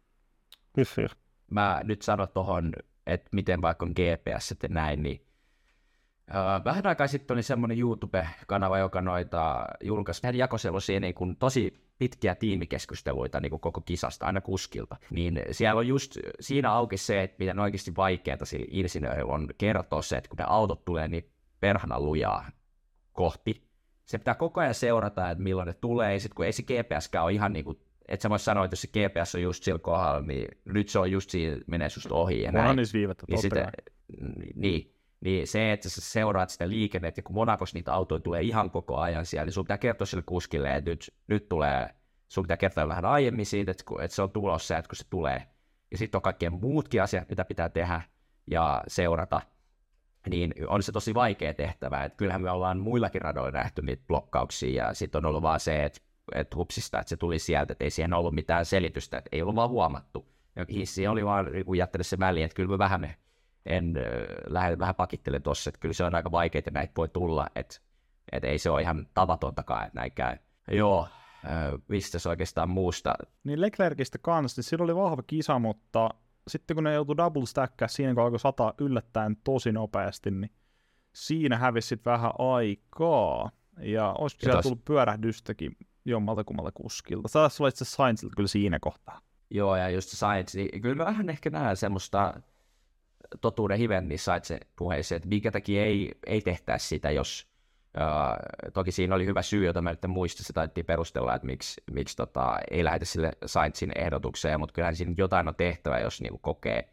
Mä nyt sanon tuohon, että miten vaikka on GPS ja näin, niin vähän aikaa sitten oli semmoinen YouTube-kanava, joka julkaisi. Hän jakoi sellaisia niin kuin tosi pitkiä tiimikeskusteluita niin kuin koko kisasta, aina kuskilta. Niin siellä on just siinä auki se, että miten oikeasti vaikeaa sillä insinöörillä on kertoa se, että kun ne autot tulee niin perhana lujaa kohti. Se pitää koko ajan seurata, että milloin ne tulee, ja sitten kun ei se GPSkään ole ihan niin kuin, että sä vois sanoa, että jos se GPS on just sillä kohdalla, niin nyt se on just siinä, menee susta ohi ja näin. Onhan niissä viivettä, totta Niin se, että sä seuraat sitä liikennettä, ja kun Monacossa niitä autoja tulee ihan koko ajan siellä, niin sun pitää kertoa sille kuskille, että nyt tulee, sun pitää kertoa vähän aiemmin siitä, että se on tulossa, että kun se tulee. Ja sitten on kaikkien muutkin asiat, mitä pitää tehdä ja seurata. Niin on se tosi vaikea tehtävä, että kyllähän me ollaan muillakin radoilla nähty niitä blokkauksia, ja sitten on ollut vaan se, että hupsista, että se tuli sieltä, että ei siihen ollut mitään selitystä, että ei ollut vaan huomattu. Ja hissi oli vaan jättänyt se väliin, että kyllä me lähden vähän pakittelemaan tuossa, että kyllä se on aika vaikeaa, että näitä voi tulla, että ei se ole ihan tavatontakaan, että näin käy. Joo, mistä se oikeastaan muusta. Niin Leclercistä kanssa, niin sillä oli vahva kisa, mutta sitten kun ne joutui double stackkää siinä, kun alkoi sataa yllättäen tosi nopeasti, niin siinä hävisi sitten vähän aikaa. Ja olisiko siellä tullut pyörähdystäkin jommalta kummalta kuskilta. Taisi olla itse asiassa Sainzilta kyllä siinä kohtaa. Joo, ja just Sainz, niin kyllä mä vähän ehkä näen semmoista totuuden hiven niissä Sainzin puheissa, että minkä takia ei tehtäisi sitä, jos toki siinä oli hyvä syy, jota mä nyt en muista, se taidettiin perustella, että miksi ei lähdetä sille Sainzin ehdotukseen, mutta kyllähän siinä jotain on tehtävä, jos niinku kokee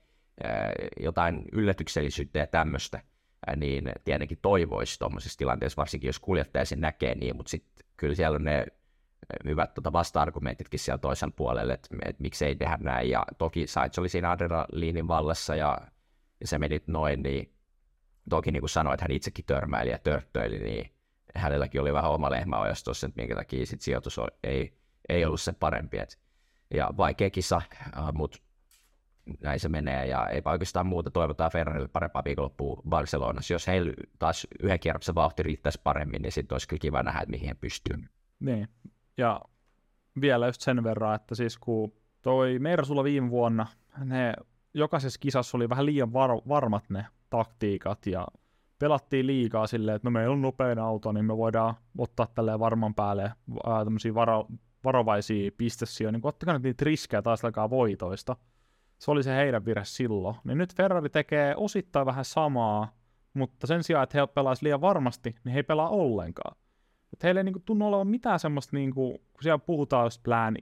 jotain yllätyksellisyyttä ja tämmöistä, niin tietenkin toivoisi tuommoisessa tilanteessa, varsinkin jos kuljettaja sen näkee niin, mutta sitten kyllä siellä on ne hyvät vasta-argumentitkin siellä toisen puolelle, että miksi ei tehdä näin, ja toki Sainz oli siinä adrenaliinin vallassa, ja se meni noin, niin toki niin kuin sanoin, että hän itsekin törmäili ja törttöili, niin hänelläkin oli vähän oma lehmäojas tuossa, että minkä takia sit sijoitus ei ollut sen parempi. Ja vaikea kisa, mutta näin se menee, ja eipä oikeastaan muuta. Toivotaan Ferrarille parempaa viikonloppua Barcelonassa. Jos heillä taas yhden kierroksen vauhti riittäisi paremmin, niin sitten olisi kyllä kiva nähdä, että mihin he pystyy. Niin, ja vielä just sen verran, että siis kun toi Mersulla viime vuonna, ne jokaisessa kisassa oli vähän liian varmat ne taktiikat, ja pelattiin liikaa silleen, että no meillä on nopein auto, niin me voidaan ottaa tälleen varman päälle tämmöisiä varovaisia pistesiä, niin ottakaa nyt niitä riskejä taas alkaa voitoista. Se oli se heidän virhe silloin. Niin nyt Ferrari tekee osittain vähän samaa, mutta sen sijaan, että he pelaisivat liian varmasti, niin he ei pelaa ollenkaan. Että heillä ei niinku tunnu olevan mitään semmoista, niinku, kun siellä puhutaan just plan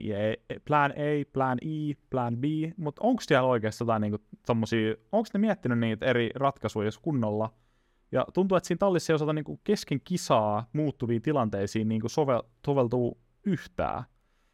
A, plan E, plan B, mutta onko siellä oikeasti jotain niinku tommosia, onko ne miettinyt niitä eri ratkaisuja kunnolla? Ja tuntuu, että siinä tallissa ei osata niinku kesken kisaa muuttuviin tilanteisiin niinku soveltuu yhtään.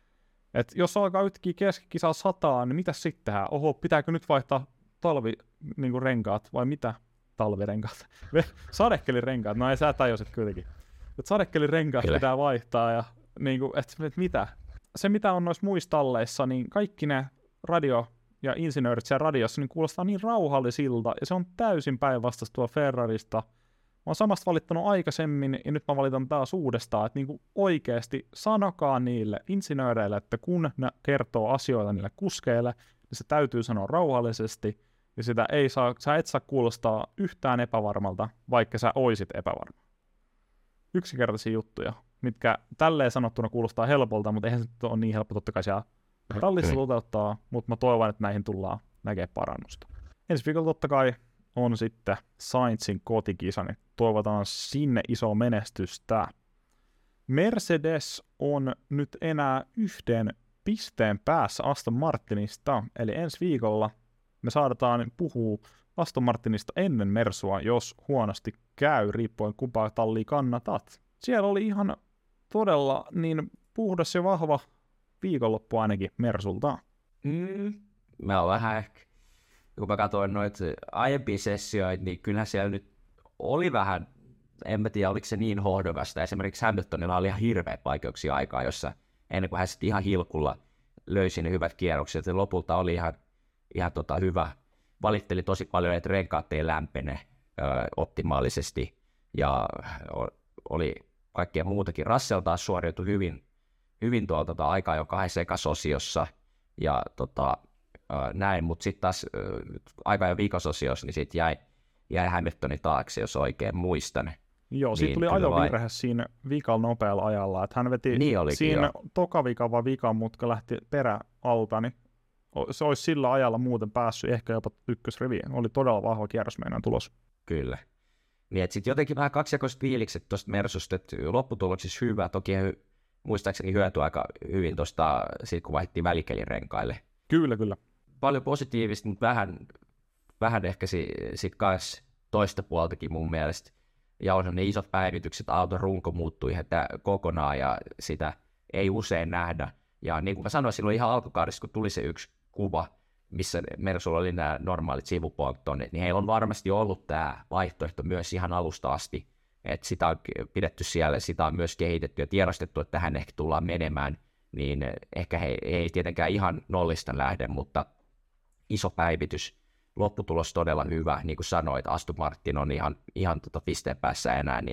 Et jos alkaa yhtäkkiä kesken kisaa sataa, niin mitä sitten tehdään? Oho, pitääkö nyt vaihtaa talvirenkaat vai mitä? Talvirenkaat. Sadekelirenkaat, no ei sä tajusit kuitenkin. Että sadekelirenkaat pitää vaihtaa ja niinku, et mitä? Se mitä on noissa muissa talleissa, niin kaikki ne radio- ja insinöörit siellä radiossa niin kuulostaa niin rauhallisilta, ja se on täysin päinvastaista tuolla Ferrarista. Mä oon samasta valittanut aikaisemmin, ja nyt mä valitan taas uudestaan, että niinku oikeasti sanokaa niille insinööreille, että kun ne kertoo asioita niille kuskeille, niin se täytyy sanoa rauhallisesti, ja sä et saa kuulostaa yhtään epävarmalta, vaikka sä oisit epävarma. Yksinkertaisia juttuja, mitkä tälleen sanottuna kuulostaa helpolta, mutta eihän se ole niin helppo totta kai siellä tallissa toteuttaa, mutta mä toivon, että näihin tullaan näkemään parannusta. Ensi viikolla totta kai on sitten Sainzin kotikisa, niin toivotaan sinne isoa menestystä. Mercedes on nyt enää 1 pisteen päässä Aston Martinista, eli ensi viikolla me saadaan puhua Aston Martinista ennen Mersua, jos huonosti käy, riippuen kumpaa tallia kannatat. Siellä oli ihan todella niin puhdas ja vahva viikonloppu ainakin Mersulta. Mä oon vähän ehkä, kun mä katsoin noita aiempia sessioita, niin kyllähän siellä nyt oli vähän, en mä tiedä oliko se niin hohdokasta. Esimerkiksi Hamiltonilla oli ihan hirveät vaikeuksia aikaa, jossa ennen kuin hän sitten ihan hilkulla löysi ne hyvät kierrokset, ja lopulta oli ihan hyvä. Valitteli tosi paljon, että renkaat ei lämpene optimaalisesti, ja oli kaikkea muutakin. Russell taas suoriutui hyvin tuolta aikaa jo 2 ekasosiossa, ja näin, mutta sitten taas aika jo viikososiossa, niin sitten jäi Hamiltonin taakse, jos oikein muistan. Joo, siitä tuli ajovirhe siinä vikalla nopealla ajalla, että hän veti siinä toka-vika vai vikan mutka lähti peräalta, niin se olisi sillä ajalla muuten päässyt ehkä jopa ykkösriviin. Oli todella vahva kierros meidän tulos. Kyllä. Niin, että sitten jotenkin vähän kaksijakoiset fiilikset tuosta Mersusta, että lopputuloksissa hyvä, toki muistaakseni hyötyi aika hyvin tuosta, kun vaihdettiin välikelirenkaille. Kyllä. Paljon positiivista, mutta vähän ehkä sitten kanssa toista puoltakin mun mielestä. Ja on ne isot päivitykset, auton runko muuttui ihan kokonaan ja sitä ei usein nähdä. Ja niin kuin mä sanoin silloin ihan alkukaudessa, kun tuli se yksi kuva, missä Mersulla oli nämä normaalit sivupolttoneet, niin heillä on varmasti ollut tämä vaihtoehto myös ihan alusta asti. Että sitä on pidetty siellä, sitä on myös kehitetty ja tiedostettu, että tähän ehkä tullaan menemään. Niin ehkä he ei tietenkään ihan nollista lähde, mutta iso päivitys. Lopputulos todella hyvä, niin kuin sanoit, Aston Martin on ihan pisteen päässä enää, niin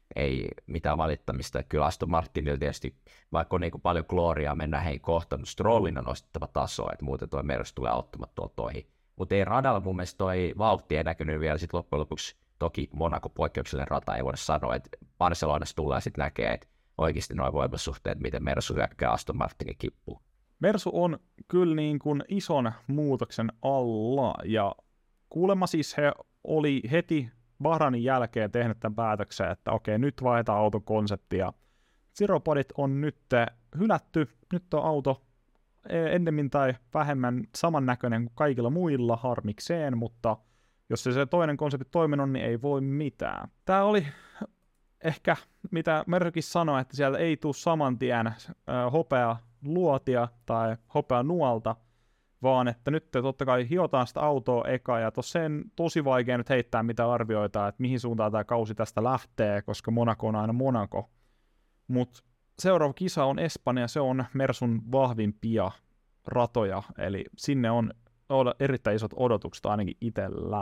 ei mitään valittamista. Kyllä Aston Martinilla tietysti, vaikka on niin kuin paljon gloriaa mennä heihin kohtaan, mutta Strollin on nostettava tasoa, että muuten tuo Mersu tulee auttamaan tuolta ohi. Mutta ei radalla mun mielestä toi vauhti ei näkynyt vielä sit loppujen lopuksi. Toki Monaco poikkeuksellinen rata ei voida sanoa, että Barcelonassa tulee sitten näkee, että oikeasti nuo voimasuhteet, miten Mersu hyökkää Aston Martinin kippuun. Mersu on kyllä niin kuin ison muutoksen alla, ja kuulemma siis he oli heti Bahrainin jälkeen tehnyt tämän päätöksen, että okei, nyt vaihdetaan auton konseptia. Zeropodit on nyt hylätty, nyt on auto ennemmin tai vähemmän samannäköinen kuin kaikilla muilla harmikseen, mutta jos se toinen konsepti toiminut, niin ei voi mitään. Tämä oli ehkä, mitä Mersukin sanoi, että sieltä ei tule saman tien hopea luotia tai hopea nuolta, vaan että nyt totta kai hiotaan sitä autoa eka, ja tossa on tosi vaikea nyt heittää mitä arvioita, että mihin suuntaan tämä kausi tästä lähtee, koska Monaco on aina Monaco. Mutta seuraava kisa on Espanja, se on Mersun vahvimpia ratoja, eli sinne on erittäin isot odotukset ainakin itsellä.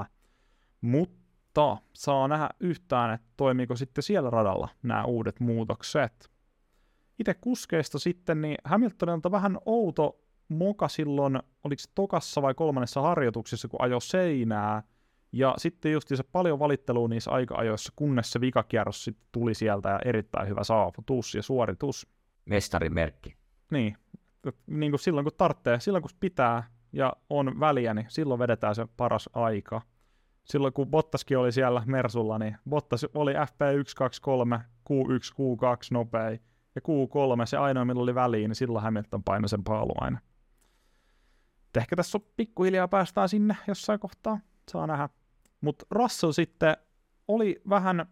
Mutta saa nähdä yhtään, että toimiiko sitten siellä radalla nämä uudet muutokset. Itse kuskeista sitten, niin Hamiltonilta vähän outo moka silloin, oliko se tokassa vai kolmannessa harjoituksessa, kun ajoi seinää, ja sitten just se paljon valittelua niissä aika-ajoissa, kunnes se vikakierros sitten tuli sieltä, ja erittäin hyvä saavutus ja suoritus. Mestarin merkki. Niin kuin silloin kun tarvitsee, silloin kun pitää ja on väliä, niin silloin vedetään se paras aika. Silloin kun Bottaskin oli siellä Mersulla, niin Bottas oli FP123, Q1, Q2 nopea, ja Q3 se ainoa, millä oli väliin, niin silloin Hamilton painoi sen paalun aina. Ehkä tässä on pikkuhiljaa päästään sinne jossain kohtaa, saa nähdä. Mutta Russell sitten oli vähän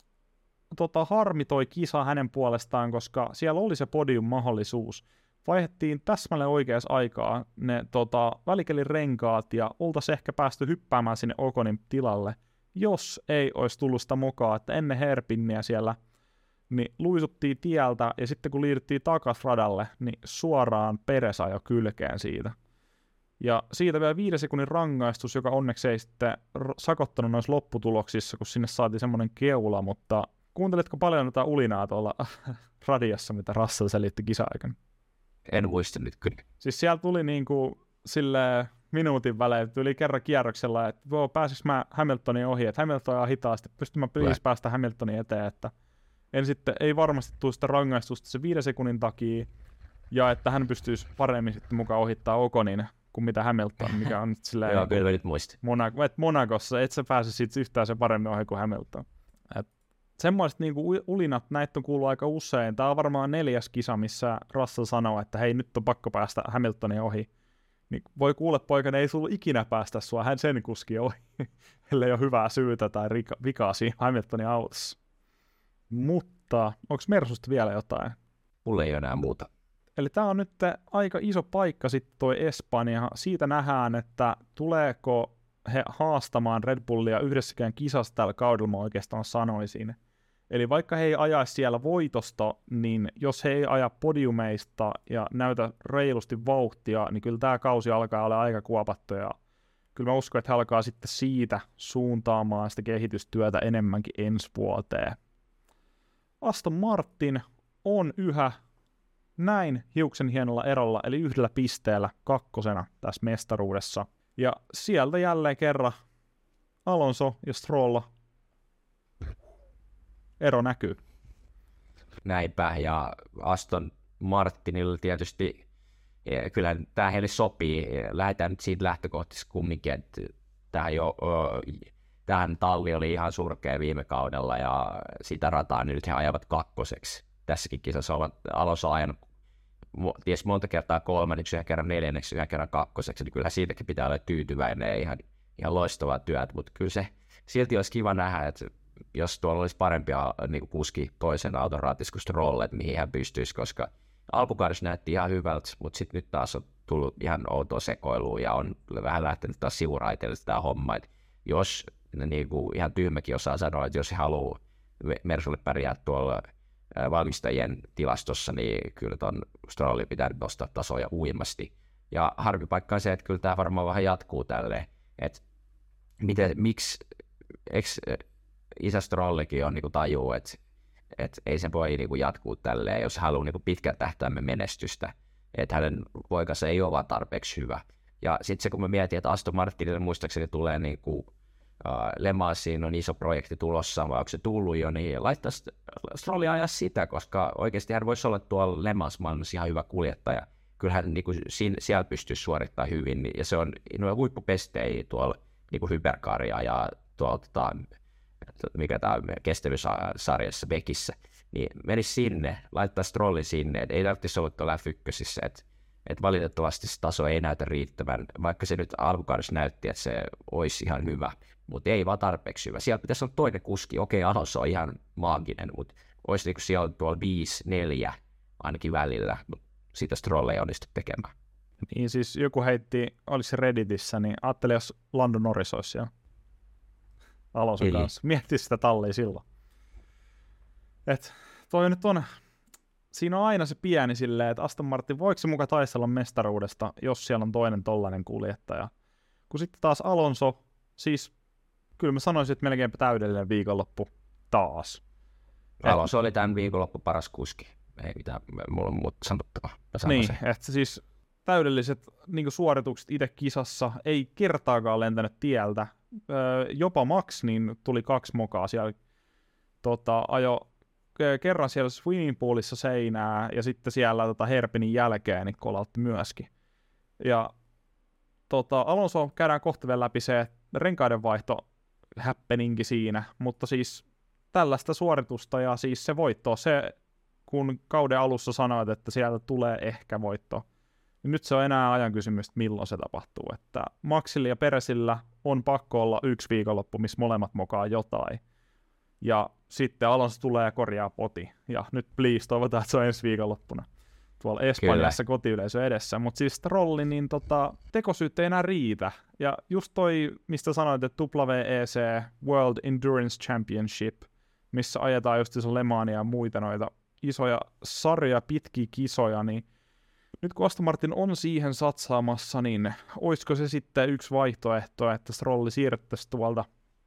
harmi toi kisa hänen puolestaan, koska siellä oli se podium-mahdollisuus. Vaihdettiin täsmälleen oikeassa aikaa ne välikelin renkaat ja oltaisiin ehkä päästy hyppäämään sinne Oconin tilalle, jos ei olisi tullut sitä mokaa, että ennen hairpinniä siellä niin luisuttiin tieltä, ja sitten kun liidyttiin takas radalle, niin suoraan Perez ajoi kylkeen siitä. Ja siitä vielä 5 sekunnin rangaistus, joka onneksi ei sitten sakottanut noissa lopputuloksissa, kun sinne saatiin semmoinen keula, mutta kuuntelitko paljon tätä ulinaa tuolla radiossa, mitä Russell selitti kisa-aikana? En muista nyt kyllä. Siis siellä tuli niinku silleen minuutin välein, tuli kerran kierroksella, että pääsis mä Hamiltonin ohi, että Hamilton ajaa hitaasti, pystyn mä päästä Hamiltonin eteen, että ei varmasti tule sitä rangaistusta se 5 sekunnin takia, ja että hän pystyisi paremmin sitten mukaan ohittaa Oconin kuin mitä Hamilton, mikä on nyt silleen joo, kyllä nyt muistin. Monacossa, et sä pääse siitä yhtään se paremmin ohi kuin Hamilton. Semmoiset niinku ulinat, näitä on kuullut aika usein. Tää on varmaan 4. kisa, missä Russell sanoo, että hei, nyt on pakko päästä Hamiltonin ohi. Niin voi kuulla, poika, ei sulla ikinä päästä sua hän sen kuski ohi, ellei ole hyvää syytä tai vikaa siinä Hamiltonin autossa. Mutta onko Mersusta vielä jotain? Mulla ei ole enää muuta. Eli tää on nyt aika iso paikka sitten toi Espanja. Siitä nähdään, että tuleeko he haastamaan Red Bullia yhdessäkään kisassa tällä kaudella, mä oikeastaan sanoisin. Eli vaikka he ei ajaisi siellä voitosta, niin jos he ei aja podiumeista ja näytä reilusti vauhtia, niin kyllä tämä kausi alkaa olla aika kuopattu, ja kyllä mä uskon, että he alkaa sitten siitä suuntaamaan sitä kehitystyötä enemmänkin ensi vuoteen. Aston Martin on yhä näin hiuksen hienolla erolla, eli 1 pisteellä 2. tässä mestaruudessa. Ja sieltä jälleen kerran Alonso ja Stroll ero näkyy. Näinpä, ja Aston Martinilla tietysti, kyllä tämä heille sopii. Lähdetään nyt siitä lähtökohtaisesti kumminkin, että tähän talli oli ihan surkea viime kaudella, ja sitä rataa niin nyt he ajavat 2. Tässäkin kisassa ovat Alonso ajanut ties monta kertaa 3, yhden kerran 4, yhden kerran 2, niin kyllä siitäkin pitää olla tyytyväinen ja ihan loistavaa työtä, mutta kyllä se silti olisi kiva nähdä, että jos tuolla olisi parempia niin kuski toisen auton ratissa kuin Stroll, että mihin hän pystyisi, koska alkukaudessa näytti ihan hyvältä, mutta sitten nyt taas on tullut ihan outoa sekoilua ja on vähän lähtenyt taas sivuraiteille tämä homma, että jos niin kuin ihan tyhmäkin osaa sanoa, että jos he haluaa Mersulle pärjää tuolla valmistajien tilastossa, niin kyllä tuon Strollin pitää nostaa tasoja uimasti. Ja harmi paikka on se, että kyllä tämä varmaan vähän jatkuu tälleen, että miksi isä Strollikin on niin tajuu, että Et ei se voi niinku jatkuu tälleen, jos haluaa niinku pitkän tähtäimen menestystä. Että hänen poikansa ei ole vaan tarpeeksi hyvä. Ja sitten se, kun mä mietin, että Aston Martinille muistaakseni tulee niinku, Le Mansiin on iso projekti tulossa, vai onko se tullut jo, niin laittaa Strollia ajaa sitä, koska oikeasti hän voisi olla tuolla Le Mans-maailmassa ihan hyvä kuljettaja. Kyllähän niinku, siellä pystyisi suorittamaan hyvin, ja se on huippupestejä tuolla niinku hyperkaria ja tuolla, mikä tämä kestävyyssarjassa Bekissä, niin menisi sinne, laittaa Strollin sinne, et ei tarvitsisi olla tuolla F1, että valitettavasti se taso ei näytä riittävän, vaikka se nyt alkukaudessa näytti, että se olisi ihan hyvä, mutta ei vaan tarpeeksi hyvä. Siellä pitäisi olla toinen kuski, okei, Alonso on ihan maaginen, mutta olisi niinku siellä tuolla 5-4 ainakin välillä, mutta siitä Stroll ei onnistu tekemään. Niin siis joku heitti, olisi se Redditissä, niin ajatteli, jos Lando Norris olisi siellä Alonson kanssa. Mietti sitä tallia silloin. Et toi nyt on, siinä on aina se pieni silleen, että Aston Martin, voiko se muka taistella mestaruudesta, jos siellä on toinen tollainen kuljettaja. Kun sitten taas Alonso, siis kyllä mä sanoisin, että melkeinpä täydellinen viikonloppu taas. Alonso oli tämän viikonloppu paras kuski. Ei mitään, mulla on muuta sanottavaa. Niin, että siis täydelliset niin suoritukset itse kisassa, ei kertaakaan lentänyt tieltä. Jopa Max niin tuli 2 mokaa siellä, ajo kerran siellä swimming poolissa seinää, ja sitten siellä Herpinin jälkeen niin kolautti myöskin. Ja Alonso käydään kohta vielä läpi se renkaiden vaihto happeningi siinä, mutta siis tällaista suoritusta ja siis se voitto, se kun kauden alussa sanoit, että sieltä tulee ehkä voitto, niin nyt se on enää ajan kysymys, milloin se tapahtuu. Että Maxilla ja Peresillä on pakko olla 1 viikonloppu, missä molemmat mokaa jotain. Ja sitten Alonso tulee ja korjaa poti. Ja nyt please, toivotaan, että se on ensi viikonloppuna tuolla Espanjassa kotiyleisö edessä. Mutta siis Strolli, niin tekosyyt ei enää riitä. Ja just toi, mistä sanoit, että WEC, World Endurance Championship, missä ajetaan just Le Mania ja muita noita isoja sarjoja, pitkiä kisoja, niin nyt kun Aston Martin on siihen satsaamassa, niin olisiko se sitten yksi vaihtoehto, että Strolli siirrettäisiin tuolta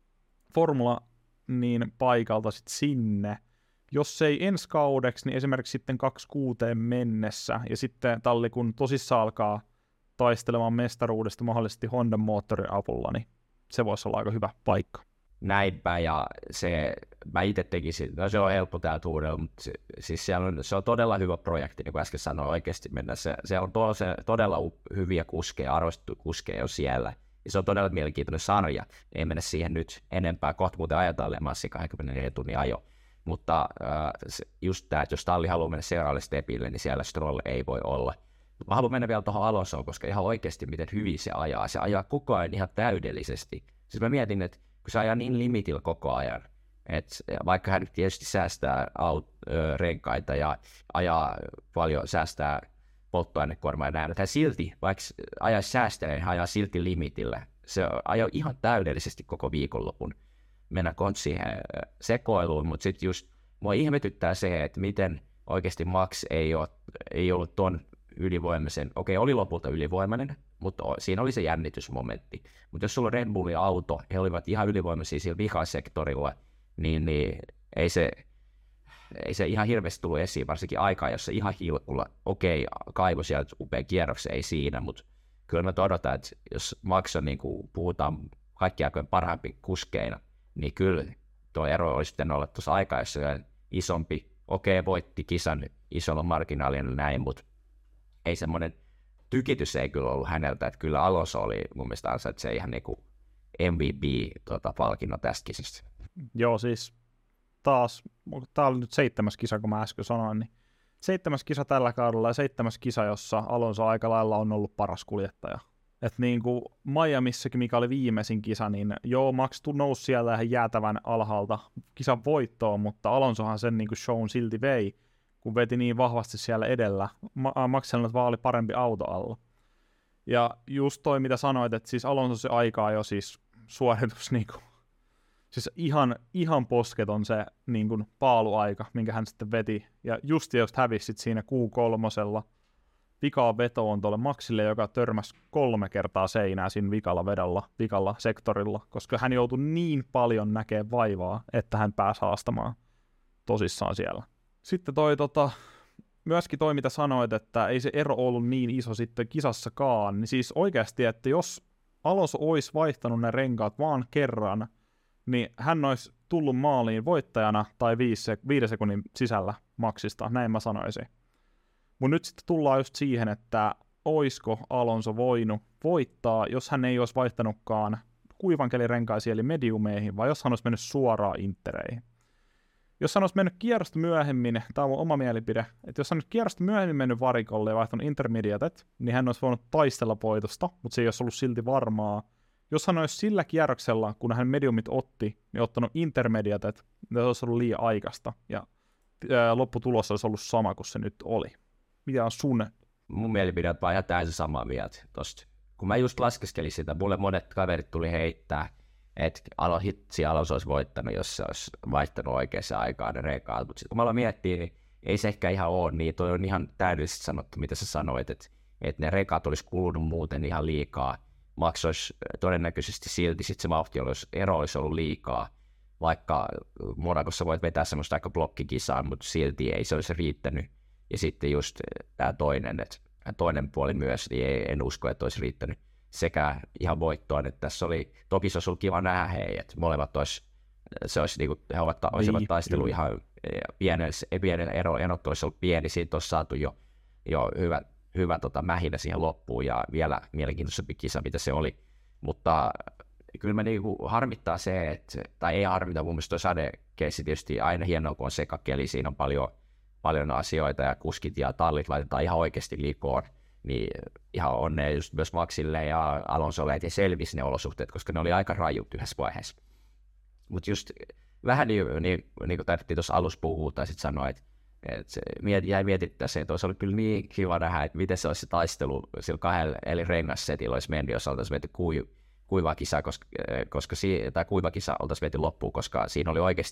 Formula niin paikalta sitten sinne. Jos ei ensi kaudeksi, niin esimerkiksi sitten 26 mennessä, ja sitten talli kun tosissaan alkaa taistelemaan mestaruudesta mahdollisesti Hondan moottorin avulla, niin se voisi olla aika hyvä paikka. Näinpä, ja se, mä itse tekisin, no se on helppo täällä tuudella, mutta siis se on todella hyvä projekti, niin kuin äsken sanoin, oikeasti mennä. Se on todella hyviä kuskeja, arvostettuja kuskeja jo siellä, ja se on todella mielenkiintoinen sarja, ei mennä siihen nyt enempää, kohta muuten ajetaan Le Mansin 24 tunnin ajo, mutta just tämä, että jos talli haluaa mennä seuraavalle stepille, niin siellä Stroll ei voi olla. Mä haluan mennä vielä tuohon Alonsoon, koska ihan oikeasti miten hyvin se ajaa koko ajan ihan täydellisesti. Siis mä mietin, että kun se ajaa niin limitillä koko ajan, että vaikka hän tietysti säästää renkaita ja ajaa paljon, säästää polttoainekuormaa ja näin, mutta hän silti, vaikka ajaisi säästäen, hän ajaa silti limitillä. Se ajoi ihan täydellisesti koko viikonlopun. Mennä siihen sekoiluun, mutta sitten just mua ihmetyttää se, että miten oikeasti Max ei ollut ton ylivoimaisen, oli lopulta ylivoimainen, mutta siinä oli se jännitysmomentti. Mutta jos sulla on Red Bullin auto, he olivat ihan ylivoimaisia siellä vikasektorilla, niin ei se ihan hirveästi tullut esiin, varsinkin aikaa, jossa ihan hilkulla, kaivo sieltä upean kierroksen, ei siinä, mutta kyllä mä odotan, että jos Max on, niin kuin puhutaan kaikki aikojen parhaimpi kuskeina, niin kyllä tuo ero olisi sitten olla tuossa aikaa, jossa isompi, voitti kisan isolla marginaalilla näin, mutta ei semmoinen tykitys ei kyllä ollut häneltä, että kyllä Alonso oli mun mielestä ansaitsee ihan niinku MVP-palkinnon tästä kisasta. Joo, siis taas, tää oli nyt 7. kisa, kun mä äsken sanoin, niin 7. kisa tällä kaudella ja 7. kisa, jossa Alonso aika lailla on ollut paras kuljettaja. Että niin kuin Miamissakin, mikä oli viimeisin kisa, niin joo, Max nousi siellä ihan jäätävän alhaalta kisan voittoon, mutta Alonsohan sen niin kuin shown silti vei, kun veti niin vahvasti siellä edellä. Maxilla vaan oli parempi auto alla. Ja just toi, mitä sanoit, että siis Alonso se aikaa jo siis suoritus, niin kuin, siis ihan posketon se niin kuin paaluaika, minkä hän sitten veti. Ja just hävisi sit siinä Q3 vikaa vetoon tuolle Maxille, joka törmäsi 3 kertaa seinää siinä vikalla sektorilla, koska hän joutui niin paljon näkemään vaivaa, että hän pääsi haastamaan tosissaan siellä. Sitten myöskin toi, mitä sanoit, että ei se ero ollut niin iso sitten kisassakaan, niin siis oikeasti, että jos Alonso olisi vaihtanut ne renkaat vaan kerran, niin hän olisi tullut maaliin voittajana tai 5 sekunnin sisällä Maxista, näin mä sanoisin. Mutta nyt sitten tullaan just siihen, että oisko Alonso voinut voittaa, jos hän ei olisi vaihtanutkaan kuivankelirenkaisiin eli mediumeihin, vai jos hän olisi mennyt suoraan intereihin. Jos hän olisi mennyt kierrosta myöhemmin, tämä on mun oma mielipide, että jos hän olisi kierrosta myöhemmin mennyt varikolle ja vaihtanut intermediatet, niin hän olisi voinut taistella voitosta, mutta se ei olisi ollut silti varmaa. Jos hän olisi sillä kierroksella, kun hän mediumit otti, niin ottanut intermediatet, niin se olisi ollut liian aikaista, ja lopputulos olisi ollut sama kuin se nyt oli. Mitä on sun? Mun mielipide on ihan täysin samaa mieltä tosta. Kun mä just laskeskelin sitä, mulle monet kaverit tuli heittää, että Alonso olisi voittanut, jos se olisi vaihtanut oikeaan aikaan ne renkaat. Mutta sitten kun mä aloin miettiä, niin ei se ehkä ihan ole niin. Toi on ihan täydellisesti sanottu, mitä sä sanoit, että ne renkaat olisi kulunut muuten ihan liikaa. Max olisi todennäköisesti silti, sitten se ero olisi ollut liikaa. Vaikka Monacossa voit vetää semmoista aika blokkikisaa, mutta silti ei se olisi riittänyt. Ja sitten just tämä toinen puoli myös, niin en usko, että olisi riittänyt sekä ihan voittoon, että tässä oli, toki se olisi ollut kiva nähdä että molemmat he olisivat taistellut ihan pienen erot olisi ollut pieni, siitä olisi saatu jo hyvä mähinä siihen loppuun ja vielä mielenkiintoisempi kisa, mitä se oli, mutta kyllä mä harmittaa se, tai ei harmita, mun mielestä tuo sadekeissi tietysti aina hienoa, kun on sekakeli, siinä on paljon asioita ja kuskit ja tallit laitetaan ihan oikeasti likoon, niin ihan onnea just myös Maxille ja Alonsolle, että selvisi ne olosuhteet, koska ne oli aika rajut yhdessä vaiheessa. Mutta just vähän niin kuin tarvittiin tuossa alussa puhua tai sitten sanoa, että jäi mietittää se, että olisi ollut kyllä niin kiva nähdä, että miten se olisi se taistelu sillä kahdella eli rengassetillä olisi mennyt, jos oltaisiin viety kuiva kisa, tai kuiva kisa oltaisiin viety loppuun, koska siinä oli oikeasti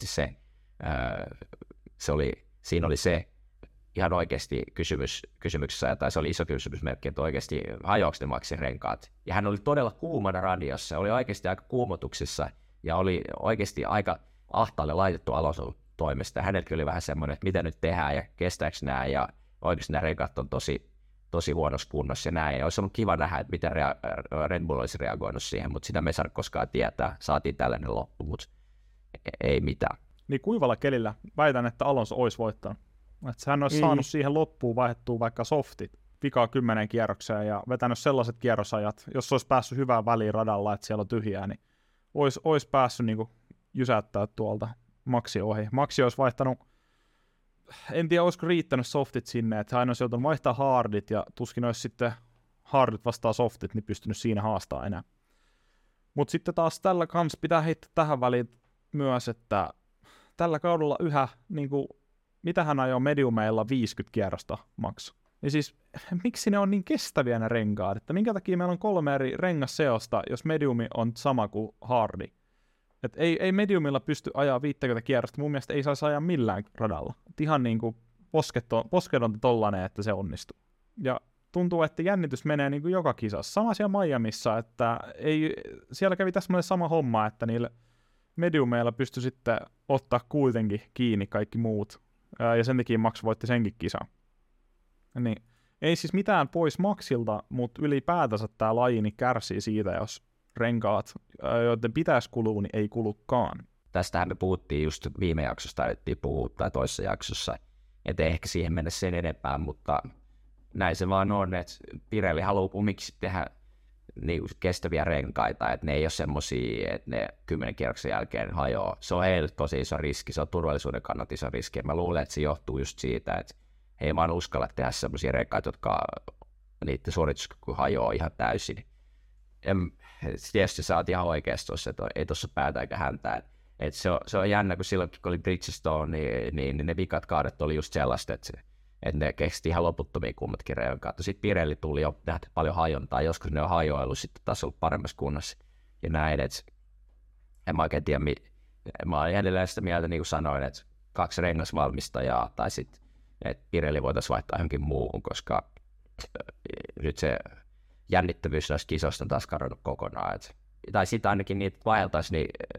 siinä oli se ihan oikeasti kysymyksessä, tai se oli iso kysymysmerkki, että oikeasti hajoako ne Maxin renkaat. Ja hän oli todella kuumana radiossa, oli oikeasti aika kuumotuksissa, ja oli oikeasti aika ahtaalle laitettu Alonson toimesta. Hänelläkin oli vähän semmoinen, että mitä nyt tehdään, ja kestääkö nämä, ja oikeasti nämä renkaat on tosi huonossa kunnossa, ja näin. Ja olisi ollut kiva nähdä, että miten Red Bull olisi reagoinut siihen, mutta sitä me ei saada koskaan tietää. Saatiin tällainen loppu, mutta ei mitään. Niin kuivalla kelillä väitän, että Alonso olisi voittanut. Että hän olisi saanut siihen loppuun vaihdettua vaikka softit vikaa 10 kierrokseen ja vetänyt sellaiset kierrosajat, jos olisi päässyt hyvään väliin radalla, että siellä on tyhjää, niin olisi päässyt niin kuin jysäyttää tuolta Maxi ohi. Maxi olisi vaihtanut, en tiedä olisiko riittänyt softit sinne, että hän olisi joutunut vaihtaa hardit ja tuskin olisi sitten hardit vastaan softit, niin pystynyt siinä haastaa enää. Mutta sitten taas tällä kanssa pitää heittää tähän väliin myös, että tällä kaudella yhä, niin kuin, mitä hän ajoi mediumeilla 50 kierrosta Max. Ja siis, miksi ne on niin kestäviä ne renkaat? Että minkä takia meillä on 3 eri rengasseosta, jos mediumi on sama kuin hardi? Et ei mediumilla pysty ajaa 50 kierrosta, mun mielestä ei saisi ajaa millään radalla. Et ihan niin kuin posketonta tollanen, että se onnistuu. Ja tuntuu, että jännitys menee niin kuin joka kisassa. Sama siellä Miamiissa, että siellä kävi täsmälleen sama homma, että niillä mediumeilla pystyi sitten ottaa kuitenkin kiinni kaikki muut. Ja sen takia Max voitti senkin kisan. Niin. Ei siis mitään pois Maxilta, mutta ylipäätänsä tämä laji niin kärsii siitä, jos renkaat, joiden pitäisi kulua, niin ei kulukaan. Tästähän me puhuttiin just viime jaksossa, taidettiin puhua tai toisessa jaksossa, et ehkä siihen mennä sen enempää, mutta näin se vaan on, että Pirelli haluaa kumminkin tehdä niin kestäviä renkaita, että ne ei ole semmosia, että ne 10 kierroksen jälkeen hajoaa. Se on heille tosi iso riski, se on turvallisuuden kannalta iso riski, ja mä luulen, että se johtuu just siitä, että he ei vaan uskalla tehdä semmosia renkaita, jotka niiden suorituskyky hajoaa ihan täysin. Tietysti sä oot ihan oikeassa tuossa, että ei tuossa päätä eikä häntää. Et se on jännä, kun silloin kun oli Bridgestone, niin ne vikat kaudet oli just sellaista, että ne kesti ihan loputtomia kummatkin renkaat. Sitten Pirelli tuli jo nähty paljon hajontaa, joskus ne on hajoillut sitten taas ollut paremmassa kunnossa. Ja näin, että en mä oikein tiedä, mä oon edelleen sitä mieltä, niin kuin sanoin, että 2 rengasvalmistajaa, tai sitten että Pirelli voitaisiin vaihtaa johonkin muuhun, koska nyt se jännittävyys näistä kisoista on taas kadonnut kokonaan. Tai sitten ainakin niitä vaihdeltaisiin niin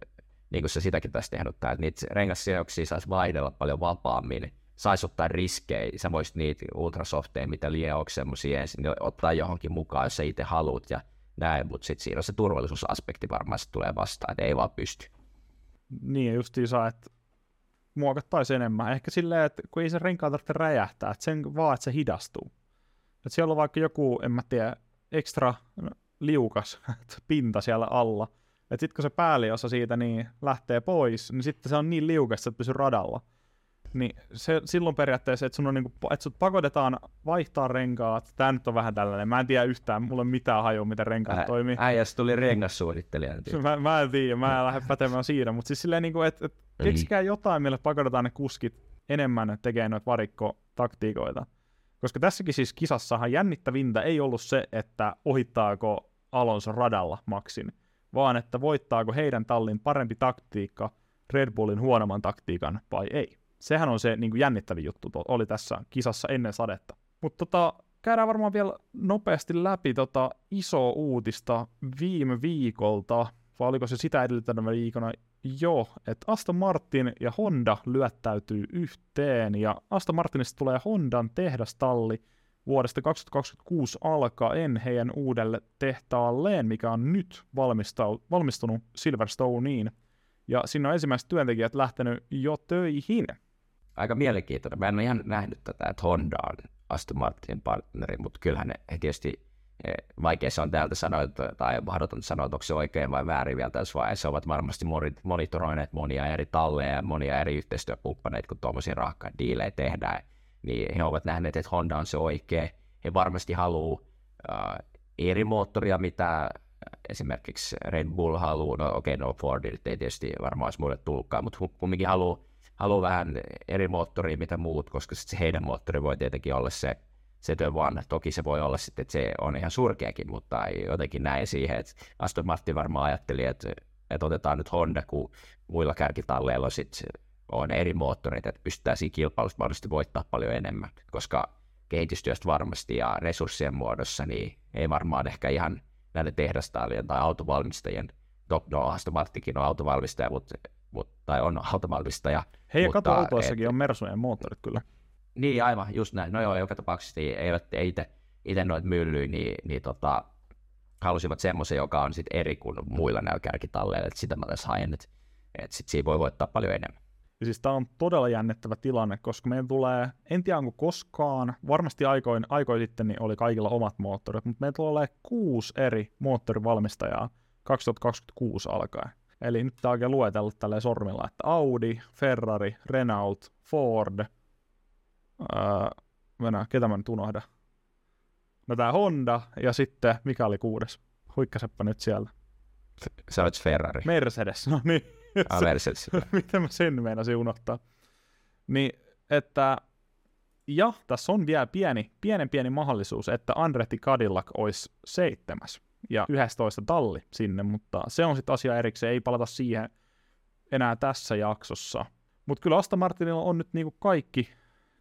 niin kuin se sitäkin taisi ehdottaa, että niitä rengassijouksia saisi vaihdella paljon vapaammin, saisi ottaa riskejä, sä voisit niitä ultrasofteja, mitä liian onko semmoisia ensin, niin ottaa johonkin mukaan, jos sä itse haluat ja näin, mutta sitten siinä on se turvallisuusaspekti varmaan tulee vastaan, että ei vaan pysty. Niin, justiinsa, että muokattaisiin enemmän. Ehkä silleen, että kun ei se renkaan tarvitse räjähtää, että sen vaan, että se hidastuu. Että siellä on vaikka joku, en mä tiedä, ekstra liukas pinta siellä alla. Että sitten kun se pääliosa siitä niin lähtee pois, niin sitten se on niin liukas, että pysyy radalla. Niin se, silloin periaatteessa, että, sun on niinku, että sut pakotetaan vaihtaa renkaat. Tää nyt on vähän tällainen. Mä en tiedä yhtään, mulla ei mitään hajua, miten renkaat toimii. Äijästä tuli rengassuunnittelija. Mä en tiedä, mä en lähde pätemään siinä. Mutta siis silleen, niinku, että keksikää jotain, millä pakotetaan ne kuskit enemmän tekemään noita varikkotaktiikoita. Koska tässäkin siis kisassahan jännittävintä ei ollut se, että ohittaako Alonso radalla Maxin, vaan että voittaako heidän tallin parempi taktiikka Red Bullin huonomman taktiikan vai ei. Sehän on se niin kuin jännittävin juttu, oli tässä kisassa ennen sadetta. Mutta käydään varmaan vielä nopeasti läpi isoa uutista viime viikolta, vai oliko se sitä edellyttävänä viikona jo, että Aston Martin ja Honda lyöttäytyy yhteen, ja Aston Martinista tulee Hondan tehdastalli vuodesta 2026 alkaen heidän uudelle tehtaalleen, mikä on nyt valmistunut Silverstoneen, ja sinne on ensimmäiset työntekijät lähtenyt jo töihin. Aika mielenkiintoinen. Mä en ole ihan nähnyt tätä, että Honda on Aston Martinin partneri, mutta kyllähän ne tietysti, vaikea se on täältä sanoa, tai mahdotonta sanoa, että onko se oikein vai väärin vielä tässä vaiheessa, ovat varmasti monitoroineet monia eri talleja ja monia eri yhteistyökumppaneita, kun tuommoisia rahkaan diilejä tehdään, niin he ovat nähneet, että Honda on se oikea. He varmasti haluaa eri moottoria, mitä esimerkiksi Red Bull haluaa, no okei, no Fordit ei tietysti varmaan olisi muille tullutkaan, mutta kumminkin haluaa vähän eri moottoria mitä muut, koska se heidän moottori voi tietenkin olla se one. Toki se voi olla sitten, että se on ihan surkeakin, mutta jotenkin näin siihen, että Aston Martin varmaan ajatteli, että otetaan nyt Honda, kun muilla kärkitalleilla sitten on eri moottorit, että pystytään siinä kilpailussa mahdollisesti voittaa paljon enemmän, koska kehitystyöstä varmasti ja resurssien muodossa niin ei varmaan ehkä ihan näiden tehdastaalien tai autovalmistajien, no Aston Martinkin on autovalmistaja, tai on autovalmistaja. Hei, ja kato, autoissakin on Mersujen moottorit kyllä. Niin, aivan, just näin. No joo, joka tapauksessa niin eivät itse noita myllyjä, niin halusivat semmoisen, joka on sitten eri kuin muilla näillä kärkitalleilla, että sitä mä tässä haen, että sitten siinä voi voittaa paljon enemmän. Ja siis tämä on todella jännittävä tilanne, koska meillä tulee, en tiedä onko koskaan, varmasti aikoin sitten niin oli kaikilla omat moottorit, mutta meillä tulee olemaan 6 eri moottorivalmistajaa 2026 alkaen. Eli nyt pitää oikein luetella tälleen sormilla, että Audi, Ferrari, Renault, Ford, ketä mä nyt unohdan? No tää Honda, ja sitten, mikä oli 6? Huikkaseppä nyt siellä. Sä olet Ferrari. Mercedes, no niin. Mercedes. Miten mä sen meinasin unohtaa? Niin, että, ja tässä on vielä pieni mahdollisuus, että Andretti Cadillac olisi 7. ja 11 talli sinne, mutta se on sitten asia erikseen, ei palata siihen enää tässä jaksossa. Mutta kyllä Aston Martinilla on nyt niinku kaikki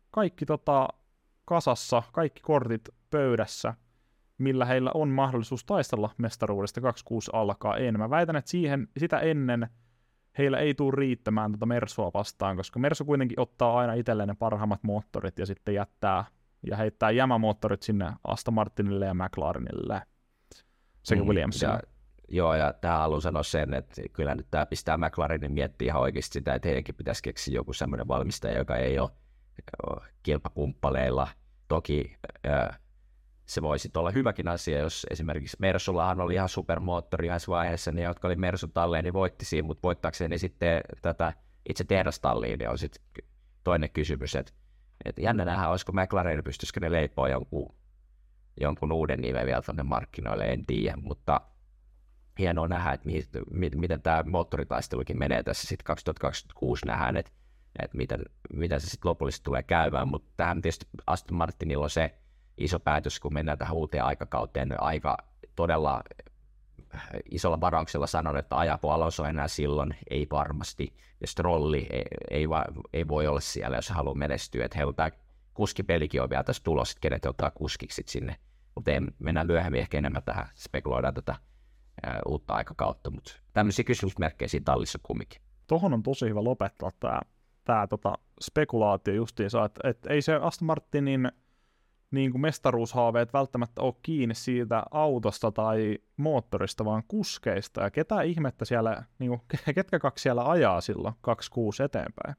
kasassa, kaikki kortit pöydässä, millä heillä on mahdollisuus taistella mestaruudesta 26 alkaen. Mä väitän, että sitä ennen heillä ei tule riittämään Mersua vastaan, koska Mersu kuitenkin ottaa aina itselleen ne parhaimmat moottorit ja sitten jättää ja heittää jämämoottorit sinne Aston Martinille ja McLarenille sekä Williamsille. Joo, ja tähän haluan sanoa sen, että kyllä nyt tämä pistää McLarenin miettiä ihan oikeasti sitä, että heidänkin pitäisi keksiä joku semmoinen valmistaja, joka ei ole kilpakumppaleilla. Toki se voisi olla hyväkin asia, jos esimerkiksi Mersullahan oli ihan supermoottori yhdessä vaiheessa, ne jotka oli Mersun talleen, niin voitti siinä, mutta voittaakseni sitten tätä itse tehdastalliin, niin on sitten toinen kysymys, että jännä nähdä, olisiko McLaren, pystyisikö ne leipoa jonkun uuden nimen vielä tuonne markkinoille, en tiedä, mutta hienoa nähdä, että miten tämä moottoritaistelukin menee tässä sitten 2026 nähdään, että miten se sitten lopullisesti tulee käymään, mutta tähän tietysti Aston Martinilla on se iso päätös, kun mennään tähän uuteen aikakauteen, aika todella isolla varauksella sanon, että ajapo Alonso enää silloin, ei varmasti, ja Strolli ei voi olla siellä, jos haluaa menestyä, että heillä tämä kuskipelikin on vielä tässä tulossa, että kenet ottaa kuskiksi sinne, mutta mennään myöhemmin ehkä enemmän tähän, spekuloidaan tätä uutta aikakautta, mutta tämmöisiä kysymysmerkkejä siinä tallissa kumminkin. Tohon on tosi hyvä lopettaa tämä spekulaatio justiinsa, että ei se Aston Martinin niin kuin mestaruushaaveet välttämättä ole kiinni siitä autosta tai moottorista, vaan kuskeista, ja ketä ihmettä siellä, niin kuin, ketkä kaksi siellä ajaa silloin 2-6 eteenpäin.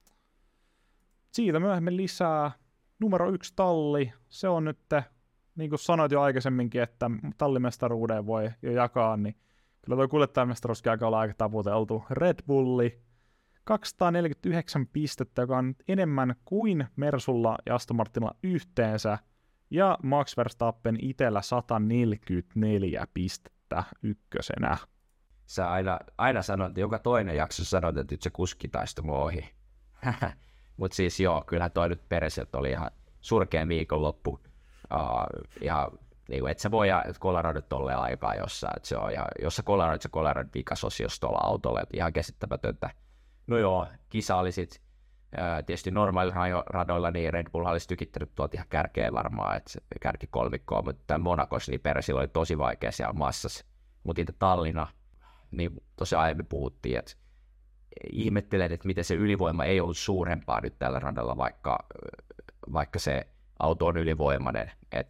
Siitä myöhemmin lisää. Numero 1 talli, se on nyt, niin kuin sanoit jo aikaisemminkin, että tallimestaruuden voi jo jakaa, niin kyllä tuo kuljettajamestaruuskin alkaa olla aika taputeltu. Red Bulli, 249 pistettä, joka on enemmän kuin Mersulla ja Aston Martinilla yhteensä, ja Max Verstappen itsellä 144 pistettä ykkösenä. Sä aina sanoit, että joka toinen jakso sanoit, että nyt se kuskitaistelu on ohi. Mutta siis joo, kyllähän toi nyt Peresiltä oli ihan surkea viikonloppu. Ja niin et sä voi kolaroida tolleen aikaa jossain, että se on ihan, jos sä kolaroit vikasosiossa tuolla autolla, että ihan käsittämätöntä. No joo, kisa oli sit tietysti normaalilla radoilla, niin Red Bull olisi tykittänyt tuolta ihan kärkeen varmaan, että kärki kolmikkoa, mutta tämän Monacossa niin Peresillä oli tosi vaikea siellä massassa. Mutta itse Tallinna, niin tosiaan aiemmin puhuttiin, että ihmettelen, että miten se ylivoima ei ollut suurempaa nyt tällä radalla, vaikka se auto on ylivoimainen.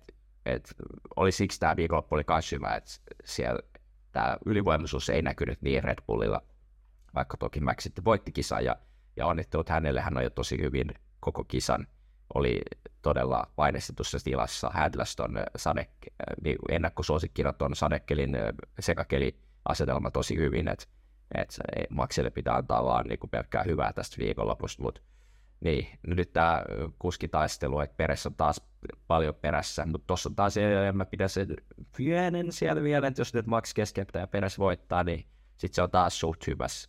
Oli siksi tämä viikonloppu oli myös hyvä, että siellä tämä ylivoimaisuus ei näkynyt niin Red Bullilla, vaikka toki Max sitten voitti kisan ja onnittelut hänelle, hän on jo tosi hyvin koko kisan, oli todella painestetussa tilassa, hädläsi tuon ennakkosuosikkina tuon Sadekkelin sekakeliasetelma tosi hyvin, että Maxille pitää antaa vaan niin kuin pelkkää hyvää tästä viikonlopusta, mutta niin, nyt tämä kuskitaistelu, että Peres on taas paljon perässä, mutta tuossa on taas mä pidän sen pienen siellä vielä, että jos nyt Max keskeyttää ja Peres voittaa, niin sitten se on taas suht hyvässä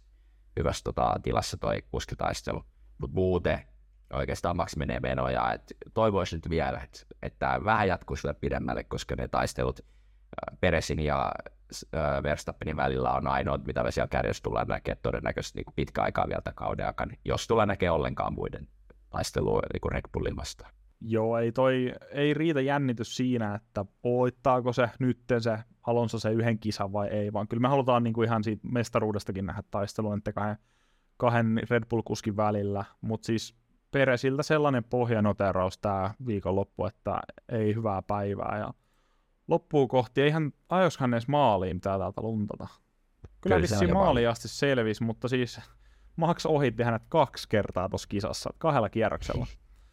tilassa toi kuskitaistelu, mutta muuten oikeastaan Max menee menoja, että toivoisin nyt vielä, että tämä vähän jatkuisi vielä pidemmälle, koska ne taistelut Peresin ja Verstappenin välillä on ainoa, mitä me siellä kärjessä tullaan näkemään todennäköisesti niin pitkä aikaa vielä tämän kauden aikana, jos tullaan näkemään ollenkaan muiden taistelua niin Red Bullin vastaan. Joo, ei riitä jännitys siinä, että voittaako se nytten se Alonso se yhden kisan vai ei, vaan kyllä me halutaan niin kuin ihan siitä mestaruudestakin nähdä taistelua kahden Red Bull-kuskin välillä, mutta siis Peresiltä sellainen pohjanoteraus tämä viikonloppu, että ei hyvää päivää ja loppuu kohti, eihän ajoskaan edes maaliin pitää täältä luntata. Kyllä vissiin maaliin asti selvisi, mutta siis Max ohitti hänet 2 kertaa tuossa kisassa, 2 kierroksella.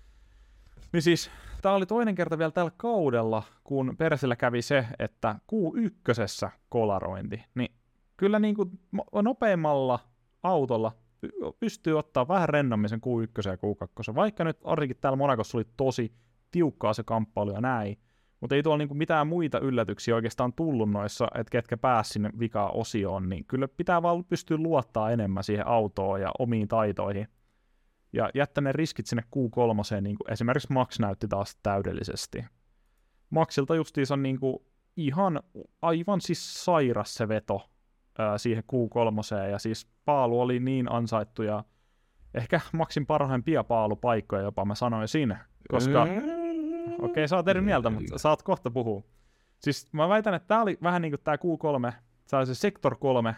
Niin siis tämä oli toinen kerta vielä tällä kaudella, kun Peresillä kävi se, että Q1 kolarointi, niin kyllä niin kuin nopeimmalla autolla pystyy ottaa vähän rennommin sen Q1 ja Q2, vaikka nyt arvikin täällä Monacossa oli tosi tiukkaa se kamppailu ja näin, mutta ei tuolla niinku mitään muita yllätyksiä oikeastaan tullut noissa, että ketkä pääsi sinne vika-osioon, niin kyllä pitää vaan pystyä luottaa enemmän siihen autoon ja omiin taitoihin. Ja jättää ne riskit sinne Q3, niin kuin esimerkiksi Max näytti taas täydellisesti. Maxilta justiinsa niin kuin aivan siis sairas se veto siihen Q3, ja siis paalu oli niin ansaittu, ja ehkä Maxin parhaimpia paalupaikkoja jopa mä sanoisin, koska okei, sä oot eri mieltä, mutta saat kohta puhua. Siis mä väitän, että tää oli vähän niin kuin tää Q3, se Sector 3,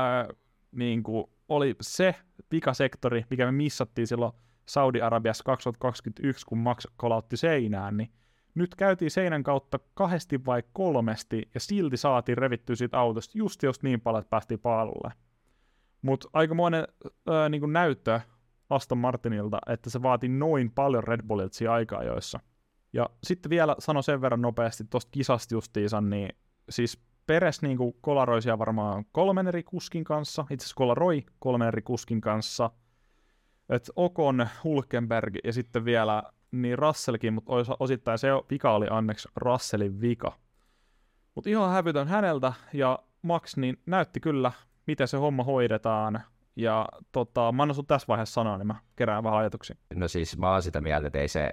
niin kuin oli se pikasektori, mikä me missattiin silloin Saudi-Arabiassa 2021, kun Max kolautti seinään, niin nyt käytiin seinän kautta 2 vai 3, ja silti saatiin revittyä siitä autosta just niin paljon, että päästiin paalulle. Mutta aikamoinen niin kuin näyttö Aston Martinilta, että se vaati noin paljon Red Bullilta siinä aika-ajoissa. Ja sitten vielä sano sen verran nopeasti tuosta kisasta justiinsa, niin siis Peres niin kuin kolaroi siellä varmaan 3 eri kuskin kanssa, itse asiassa kolaroi 3 eri kuskin kanssa, että Ocon, Hülkenberg ja sitten vielä niin Russellkin, mutta osittain se vika oli onneksi Russellin vika. Mutta ihan hävytön häneltä, ja Max niin näytti kyllä, miten se homma hoidetaan, ja mä annan sun tässä vaiheessa sanoa, niin mä kerään vähän ajatuksia. No siis mä oon sitä mieltä, että ei se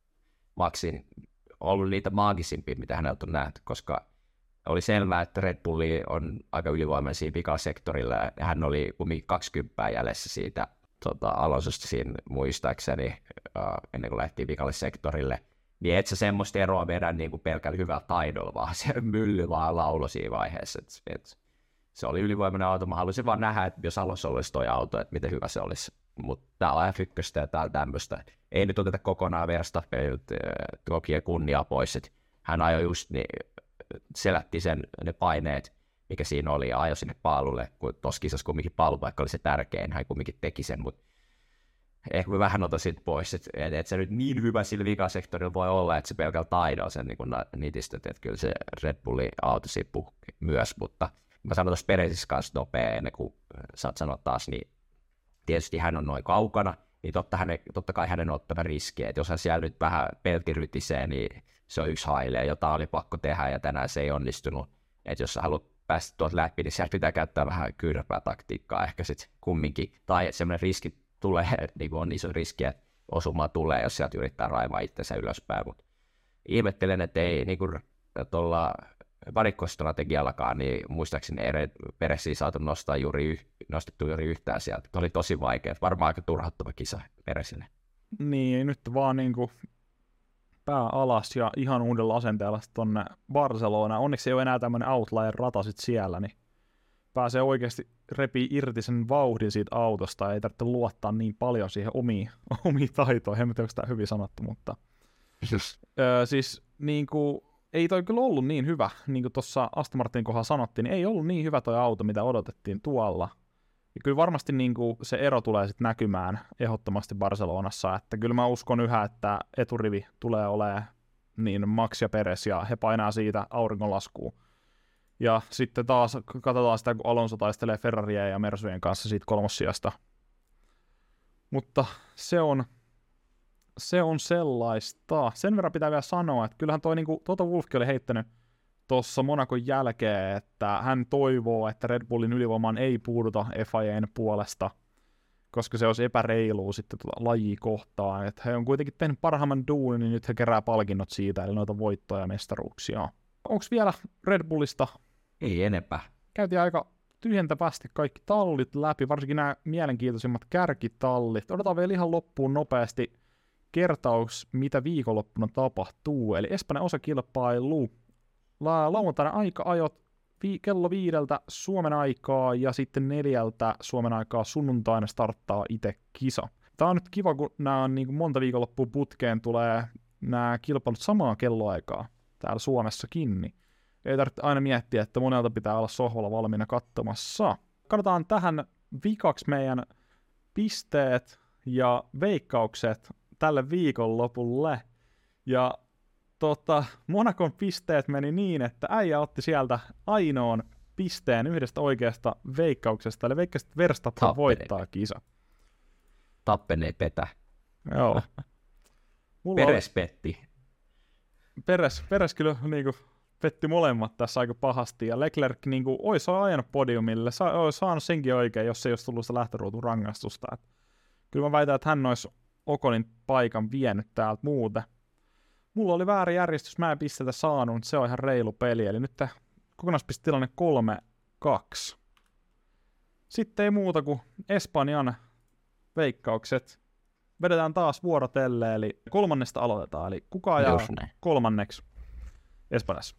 Maxin ollut niitä maagisimpia, mitä häneltä on nähty, koska oli selvää, että Red Bulli on aika ylivoimainen siinä pikasektorilla, ja hän oli kumminkin 20 jäljessä siitä Alonsosta siinä muistaakseni, ennen kuin lähtiin vikalle sektorille, niin et sä semmoista eroa vedä niin kuin pelkällä hyvällä taidolla, vaan se mylly vaan laulo siinä vaiheessa. se oli ylivoimainen auto. Mä haluaisin vaan nähdä, että jos Alonso olisi toi auto, että miten hyvä se olisi. Mutta täällä on F1 ja täällä tämmöistä. Ei nyt oteta kokonaan Verstappenilta toki kunniaa pois, että hän ajoi just niin, selätti ne paineet, mikä siinä oli, ja ajoi sinne paalulle, kun tuossa kisassa kumminkin paalupaikka oli se tärkein, hän kumminkin teki sen, mutta ehkä mä vähän otan siitä pois, että se nyt niin hyvä sillä vikasektorilla voi olla, että se pelkällä taidolla sen niin nitistöt, että kyllä se Red Bullin auto sippuu myös, mutta mä sanon tuossa Peresissä kanssa nopea, ennen kuin saat sanoa taas, niin tietysti hän on noin kaukana, niin totta kai hänen ottava riskiä, että jos hän siellä nyt vähän peltirytisee, niin se on yksi hailee, jota oli pakko tehdä, ja tänään se ei onnistunut, että jos sä haluat päästä tuolta läpi, niin siellä pitää käyttää vähän kyrpää taktiikkaa ehkä sitten kumminkin, tai että semmoinen riski tulee, niin on iso riski, että osuma tulee, jos sieltä yrittää raivaa itsensä ylöspäin, mutta ihmettelen, että ei niin kuin tuolla varikkostrategiallakaan, niin muistaakseni Peressiä saatu nostettu juuri yhtään sieltä. Tuo oli tosi vaikea, varmaan aika turhauttava kisa Peresille. Niin, nyt vaan niinku pää alas ja ihan uudella asenteella tonne Barcelonaan. Onneksi ei ole enää tämmöinen outlier-rata sit siellä, niin pääsee oikeasti repii irti sen vauhdin siitä autosta, ei tarvitse luottaa niin paljon siihen omiin taitoihin. En tiedä, onko tämä hyvin sanottu, mutta siis niinku, ei toi kyllä ollut niin hyvä, niin kuin tuossa Aston Martinin kohdalla sanottiin, niin ei ollut niin hyvä toi auto, mitä odotettiin tuolla. Ja kyllä varmasti niin kuin se ero tulee sitten näkymään ehdottomasti Barcelonassa, että kyllä mä uskon yhä, että eturivi tulee olemaan niin Max ja Perez, ja he painaa siitä auringonlaskuun. Ja sitten taas katsotaan sitä, kun Alonso taistelee Ferrarien ja Mersujen kanssa siitä kolmossijasta. Mutta se on sellaista. Sen verran pitää vielä sanoa, että kyllähän toi niinku, Toto Wolffkin oli heittänyt tuossa Monacon jälkeen, että hän toivoo, että Red Bullin ylivoimaan ei puuduta FIAn puolesta, koska se olisi epäreilua sitten lajia kohtaan. Että he on kuitenkin tehnyt parhaimman duunin, niin nyt he kerää palkinnot siitä, eli noita voittoja ja mestaruuksia. Onko vielä Red Bullista? Ei enempää. Käytiin aika tyhjentävästi kaikki tallit läpi, varsinkin nämä mielenkiintoisimmat kärkitallit. Odotetaan vielä ihan loppuun nopeasti kertaus, mitä viikonloppuna tapahtuu. Eli Espanjan osakilpailu. Lauantaina aika-ajot kello 5 Suomen aikaa ja sitten 4 Suomen aikaa sunnuntaina starttaa itse kisa. Tää on nyt kiva, kun nämä on niin kuin monta viikonloppua putkeen tulee nämä kilpailut samaa kelloaikaa täällä Suomessakin. Niin ei tarvitse aina miettiä, että monelta pitää olla sohvalla valmiina katsomassa. Katsotaan tähän vikaksi meidän pisteet ja veikkaukset tälle viikonlopulle. Ja Monacon pisteet meni niin, että äijä otti sieltä ainoan pisteen yhdestä oikeasta veikkauksesta, eli veikkasi, että Verstappen voittaa kisa. Tappen ei petä. Joo. Peres petti. Peres kyllä niinku petti molemmat tässä aika pahasti, ja Leclerc niinku olisi ajanut podiumille, olisi saanut senkin oikein, jos ei olisi tullut sitä lähtöruutun rangaistusta. Et kyllä mä väitän, että hän olisi Oconin paikan vienyt täältä muuten. Mulla oli väärä järjestys, mä en pistetä saanut, mutta se on ihan reilu peli, eli nyt kokonaispistetilanne 3-2. Sitten ei muuta kuin Espanjan veikkaukset. Vedetään taas vuorotelle, eli kolmannesta aloitetaan, eli kuka ajaa kolmanneksi Espanjassa?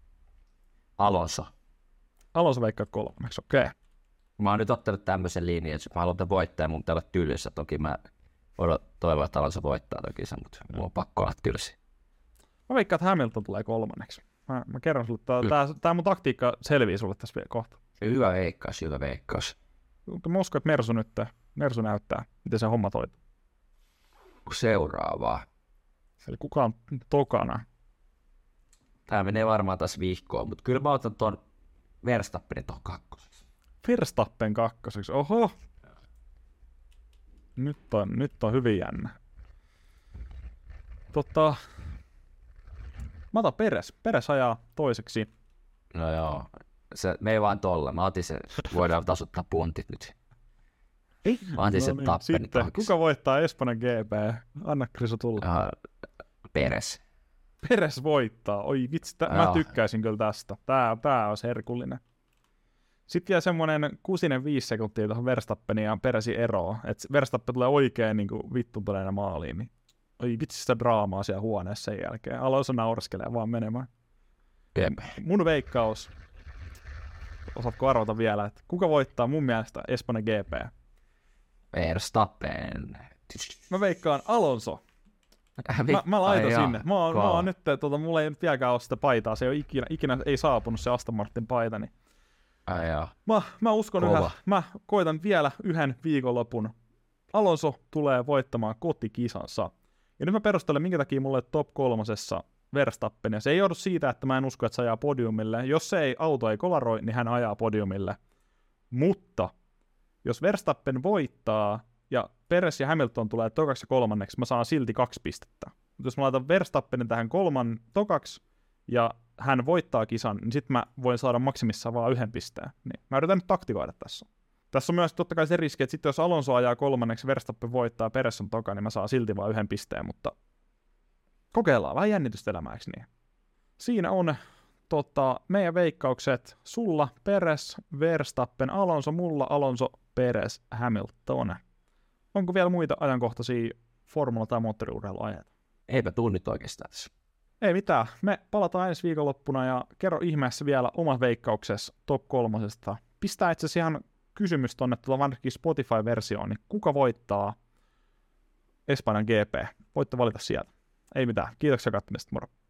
Alonso veikkaa kolmanneksi, okei. Mä oon nyt ottanut tämmöisen linjan, että mä haluan voittaa, mun pitää olla tylsä. Toki mä toivon, että Alonso voittaa toki, mutta mulla on pakko olla tylsä. Mä veikkaan, että Hamilton tulee kolmanneksi. Mä kerron sulle, tää mun taktiikka selvii sulle tässä vielä kohta. Hyvä veikkaus. Mä uskon, että Mersu näyttää, miten se homma toimii. Seuraavaa. Eli kuka on tokana? Tää menee varmaan taas vihkoon, mutta kyllä mä otan ton Verstappenin ton kakkoseksi. Verstappen kakkoseksi, oho! Nyt on hyvin jännä. Mä otan Peres ajaa toiseksi. No joo, me ei vaan tolla. Mä otin sen, voidaan tasuttaa puntit nyt. Mä otin sen Tappenin sitten, kuka voittaa Espanjan GP? Anna Krisu tulla. Peres. Peres voittaa. Oi vitsi, mä tykkäisin kyllä tästä. Tää olisi herkullinen. Sitten vielä semmoinen 65 sekuntia tuohon Verstappenin ja Peresin eroon. Että Verstappen tulee oikein niin vittuntuneena maaliin. Niin. Oi vitsi sitä draamaa siellä huoneessa sen jälkeen. Alonso naureskelee vaan menemään. Jep. Mun veikkaus. Osaatko arvata vielä, että kuka voittaa mun mielestä Espanjan GP? Verstappen. Mä veikkaan Alonso. Mä laitan sinne. Mä oon nyt, mulla ei nyt vieläkään ole sitä paitaa. Se ei ole ikinä ei saapunut se Aston Martin paita. Niin mä uskon mä koitan vielä yhden viikonlopun. Alonso tulee voittamaan kotikisansa. Ja nyt mä perustelen, minkä takia mulle top 3 Verstappen. Ja se ei joudu siitä, että mä en usko, että se ajaa podiumille. Jos auto ei kolaroi, niin hän ajaa podiumille. Mutta jos Verstappen voittaa ja Perez ja Hamilton tulee tokaksi ja kolmanneksi, mä saan silti 2 pistettä. Mutta jos mä laitan Verstappenin tähän tokaksi ja hän voittaa kisan, niin sit mä voin saada maksimissaan vaan 1 pisteen. Niin mä yritän nyt taktikoida tässä. Tässä on myös totta kai se riski, että sitten jos Alonso ajaa kolmanneksi, Verstappen voittaa, Perez on toka, niin mä saan silti vaan 1 pisteen, mutta kokeillaan vähän jännitystä elämääksi niin. Siinä on meidän veikkaukset. Sulla Perez, Verstappen, Alonso, mulla Alonso, Perez, Hamilton. Onko vielä muita ajankohtaisia formula- tai moottoriurheiluaiheita? Eipä tuu nyt oikeastaan tässä. Ei mitään. Me palataan ensi viikonloppuna ja kerro ihmeessä vielä omat veikkauksesi top 3. Pistää itse asiassa ihan kysymys tonne vanhakin Spotify-versioon, niin kuka voittaa Espanjan GP? Voitte valita sieltä. Ei mitään. Kiitoksia katsomisesta. Moro.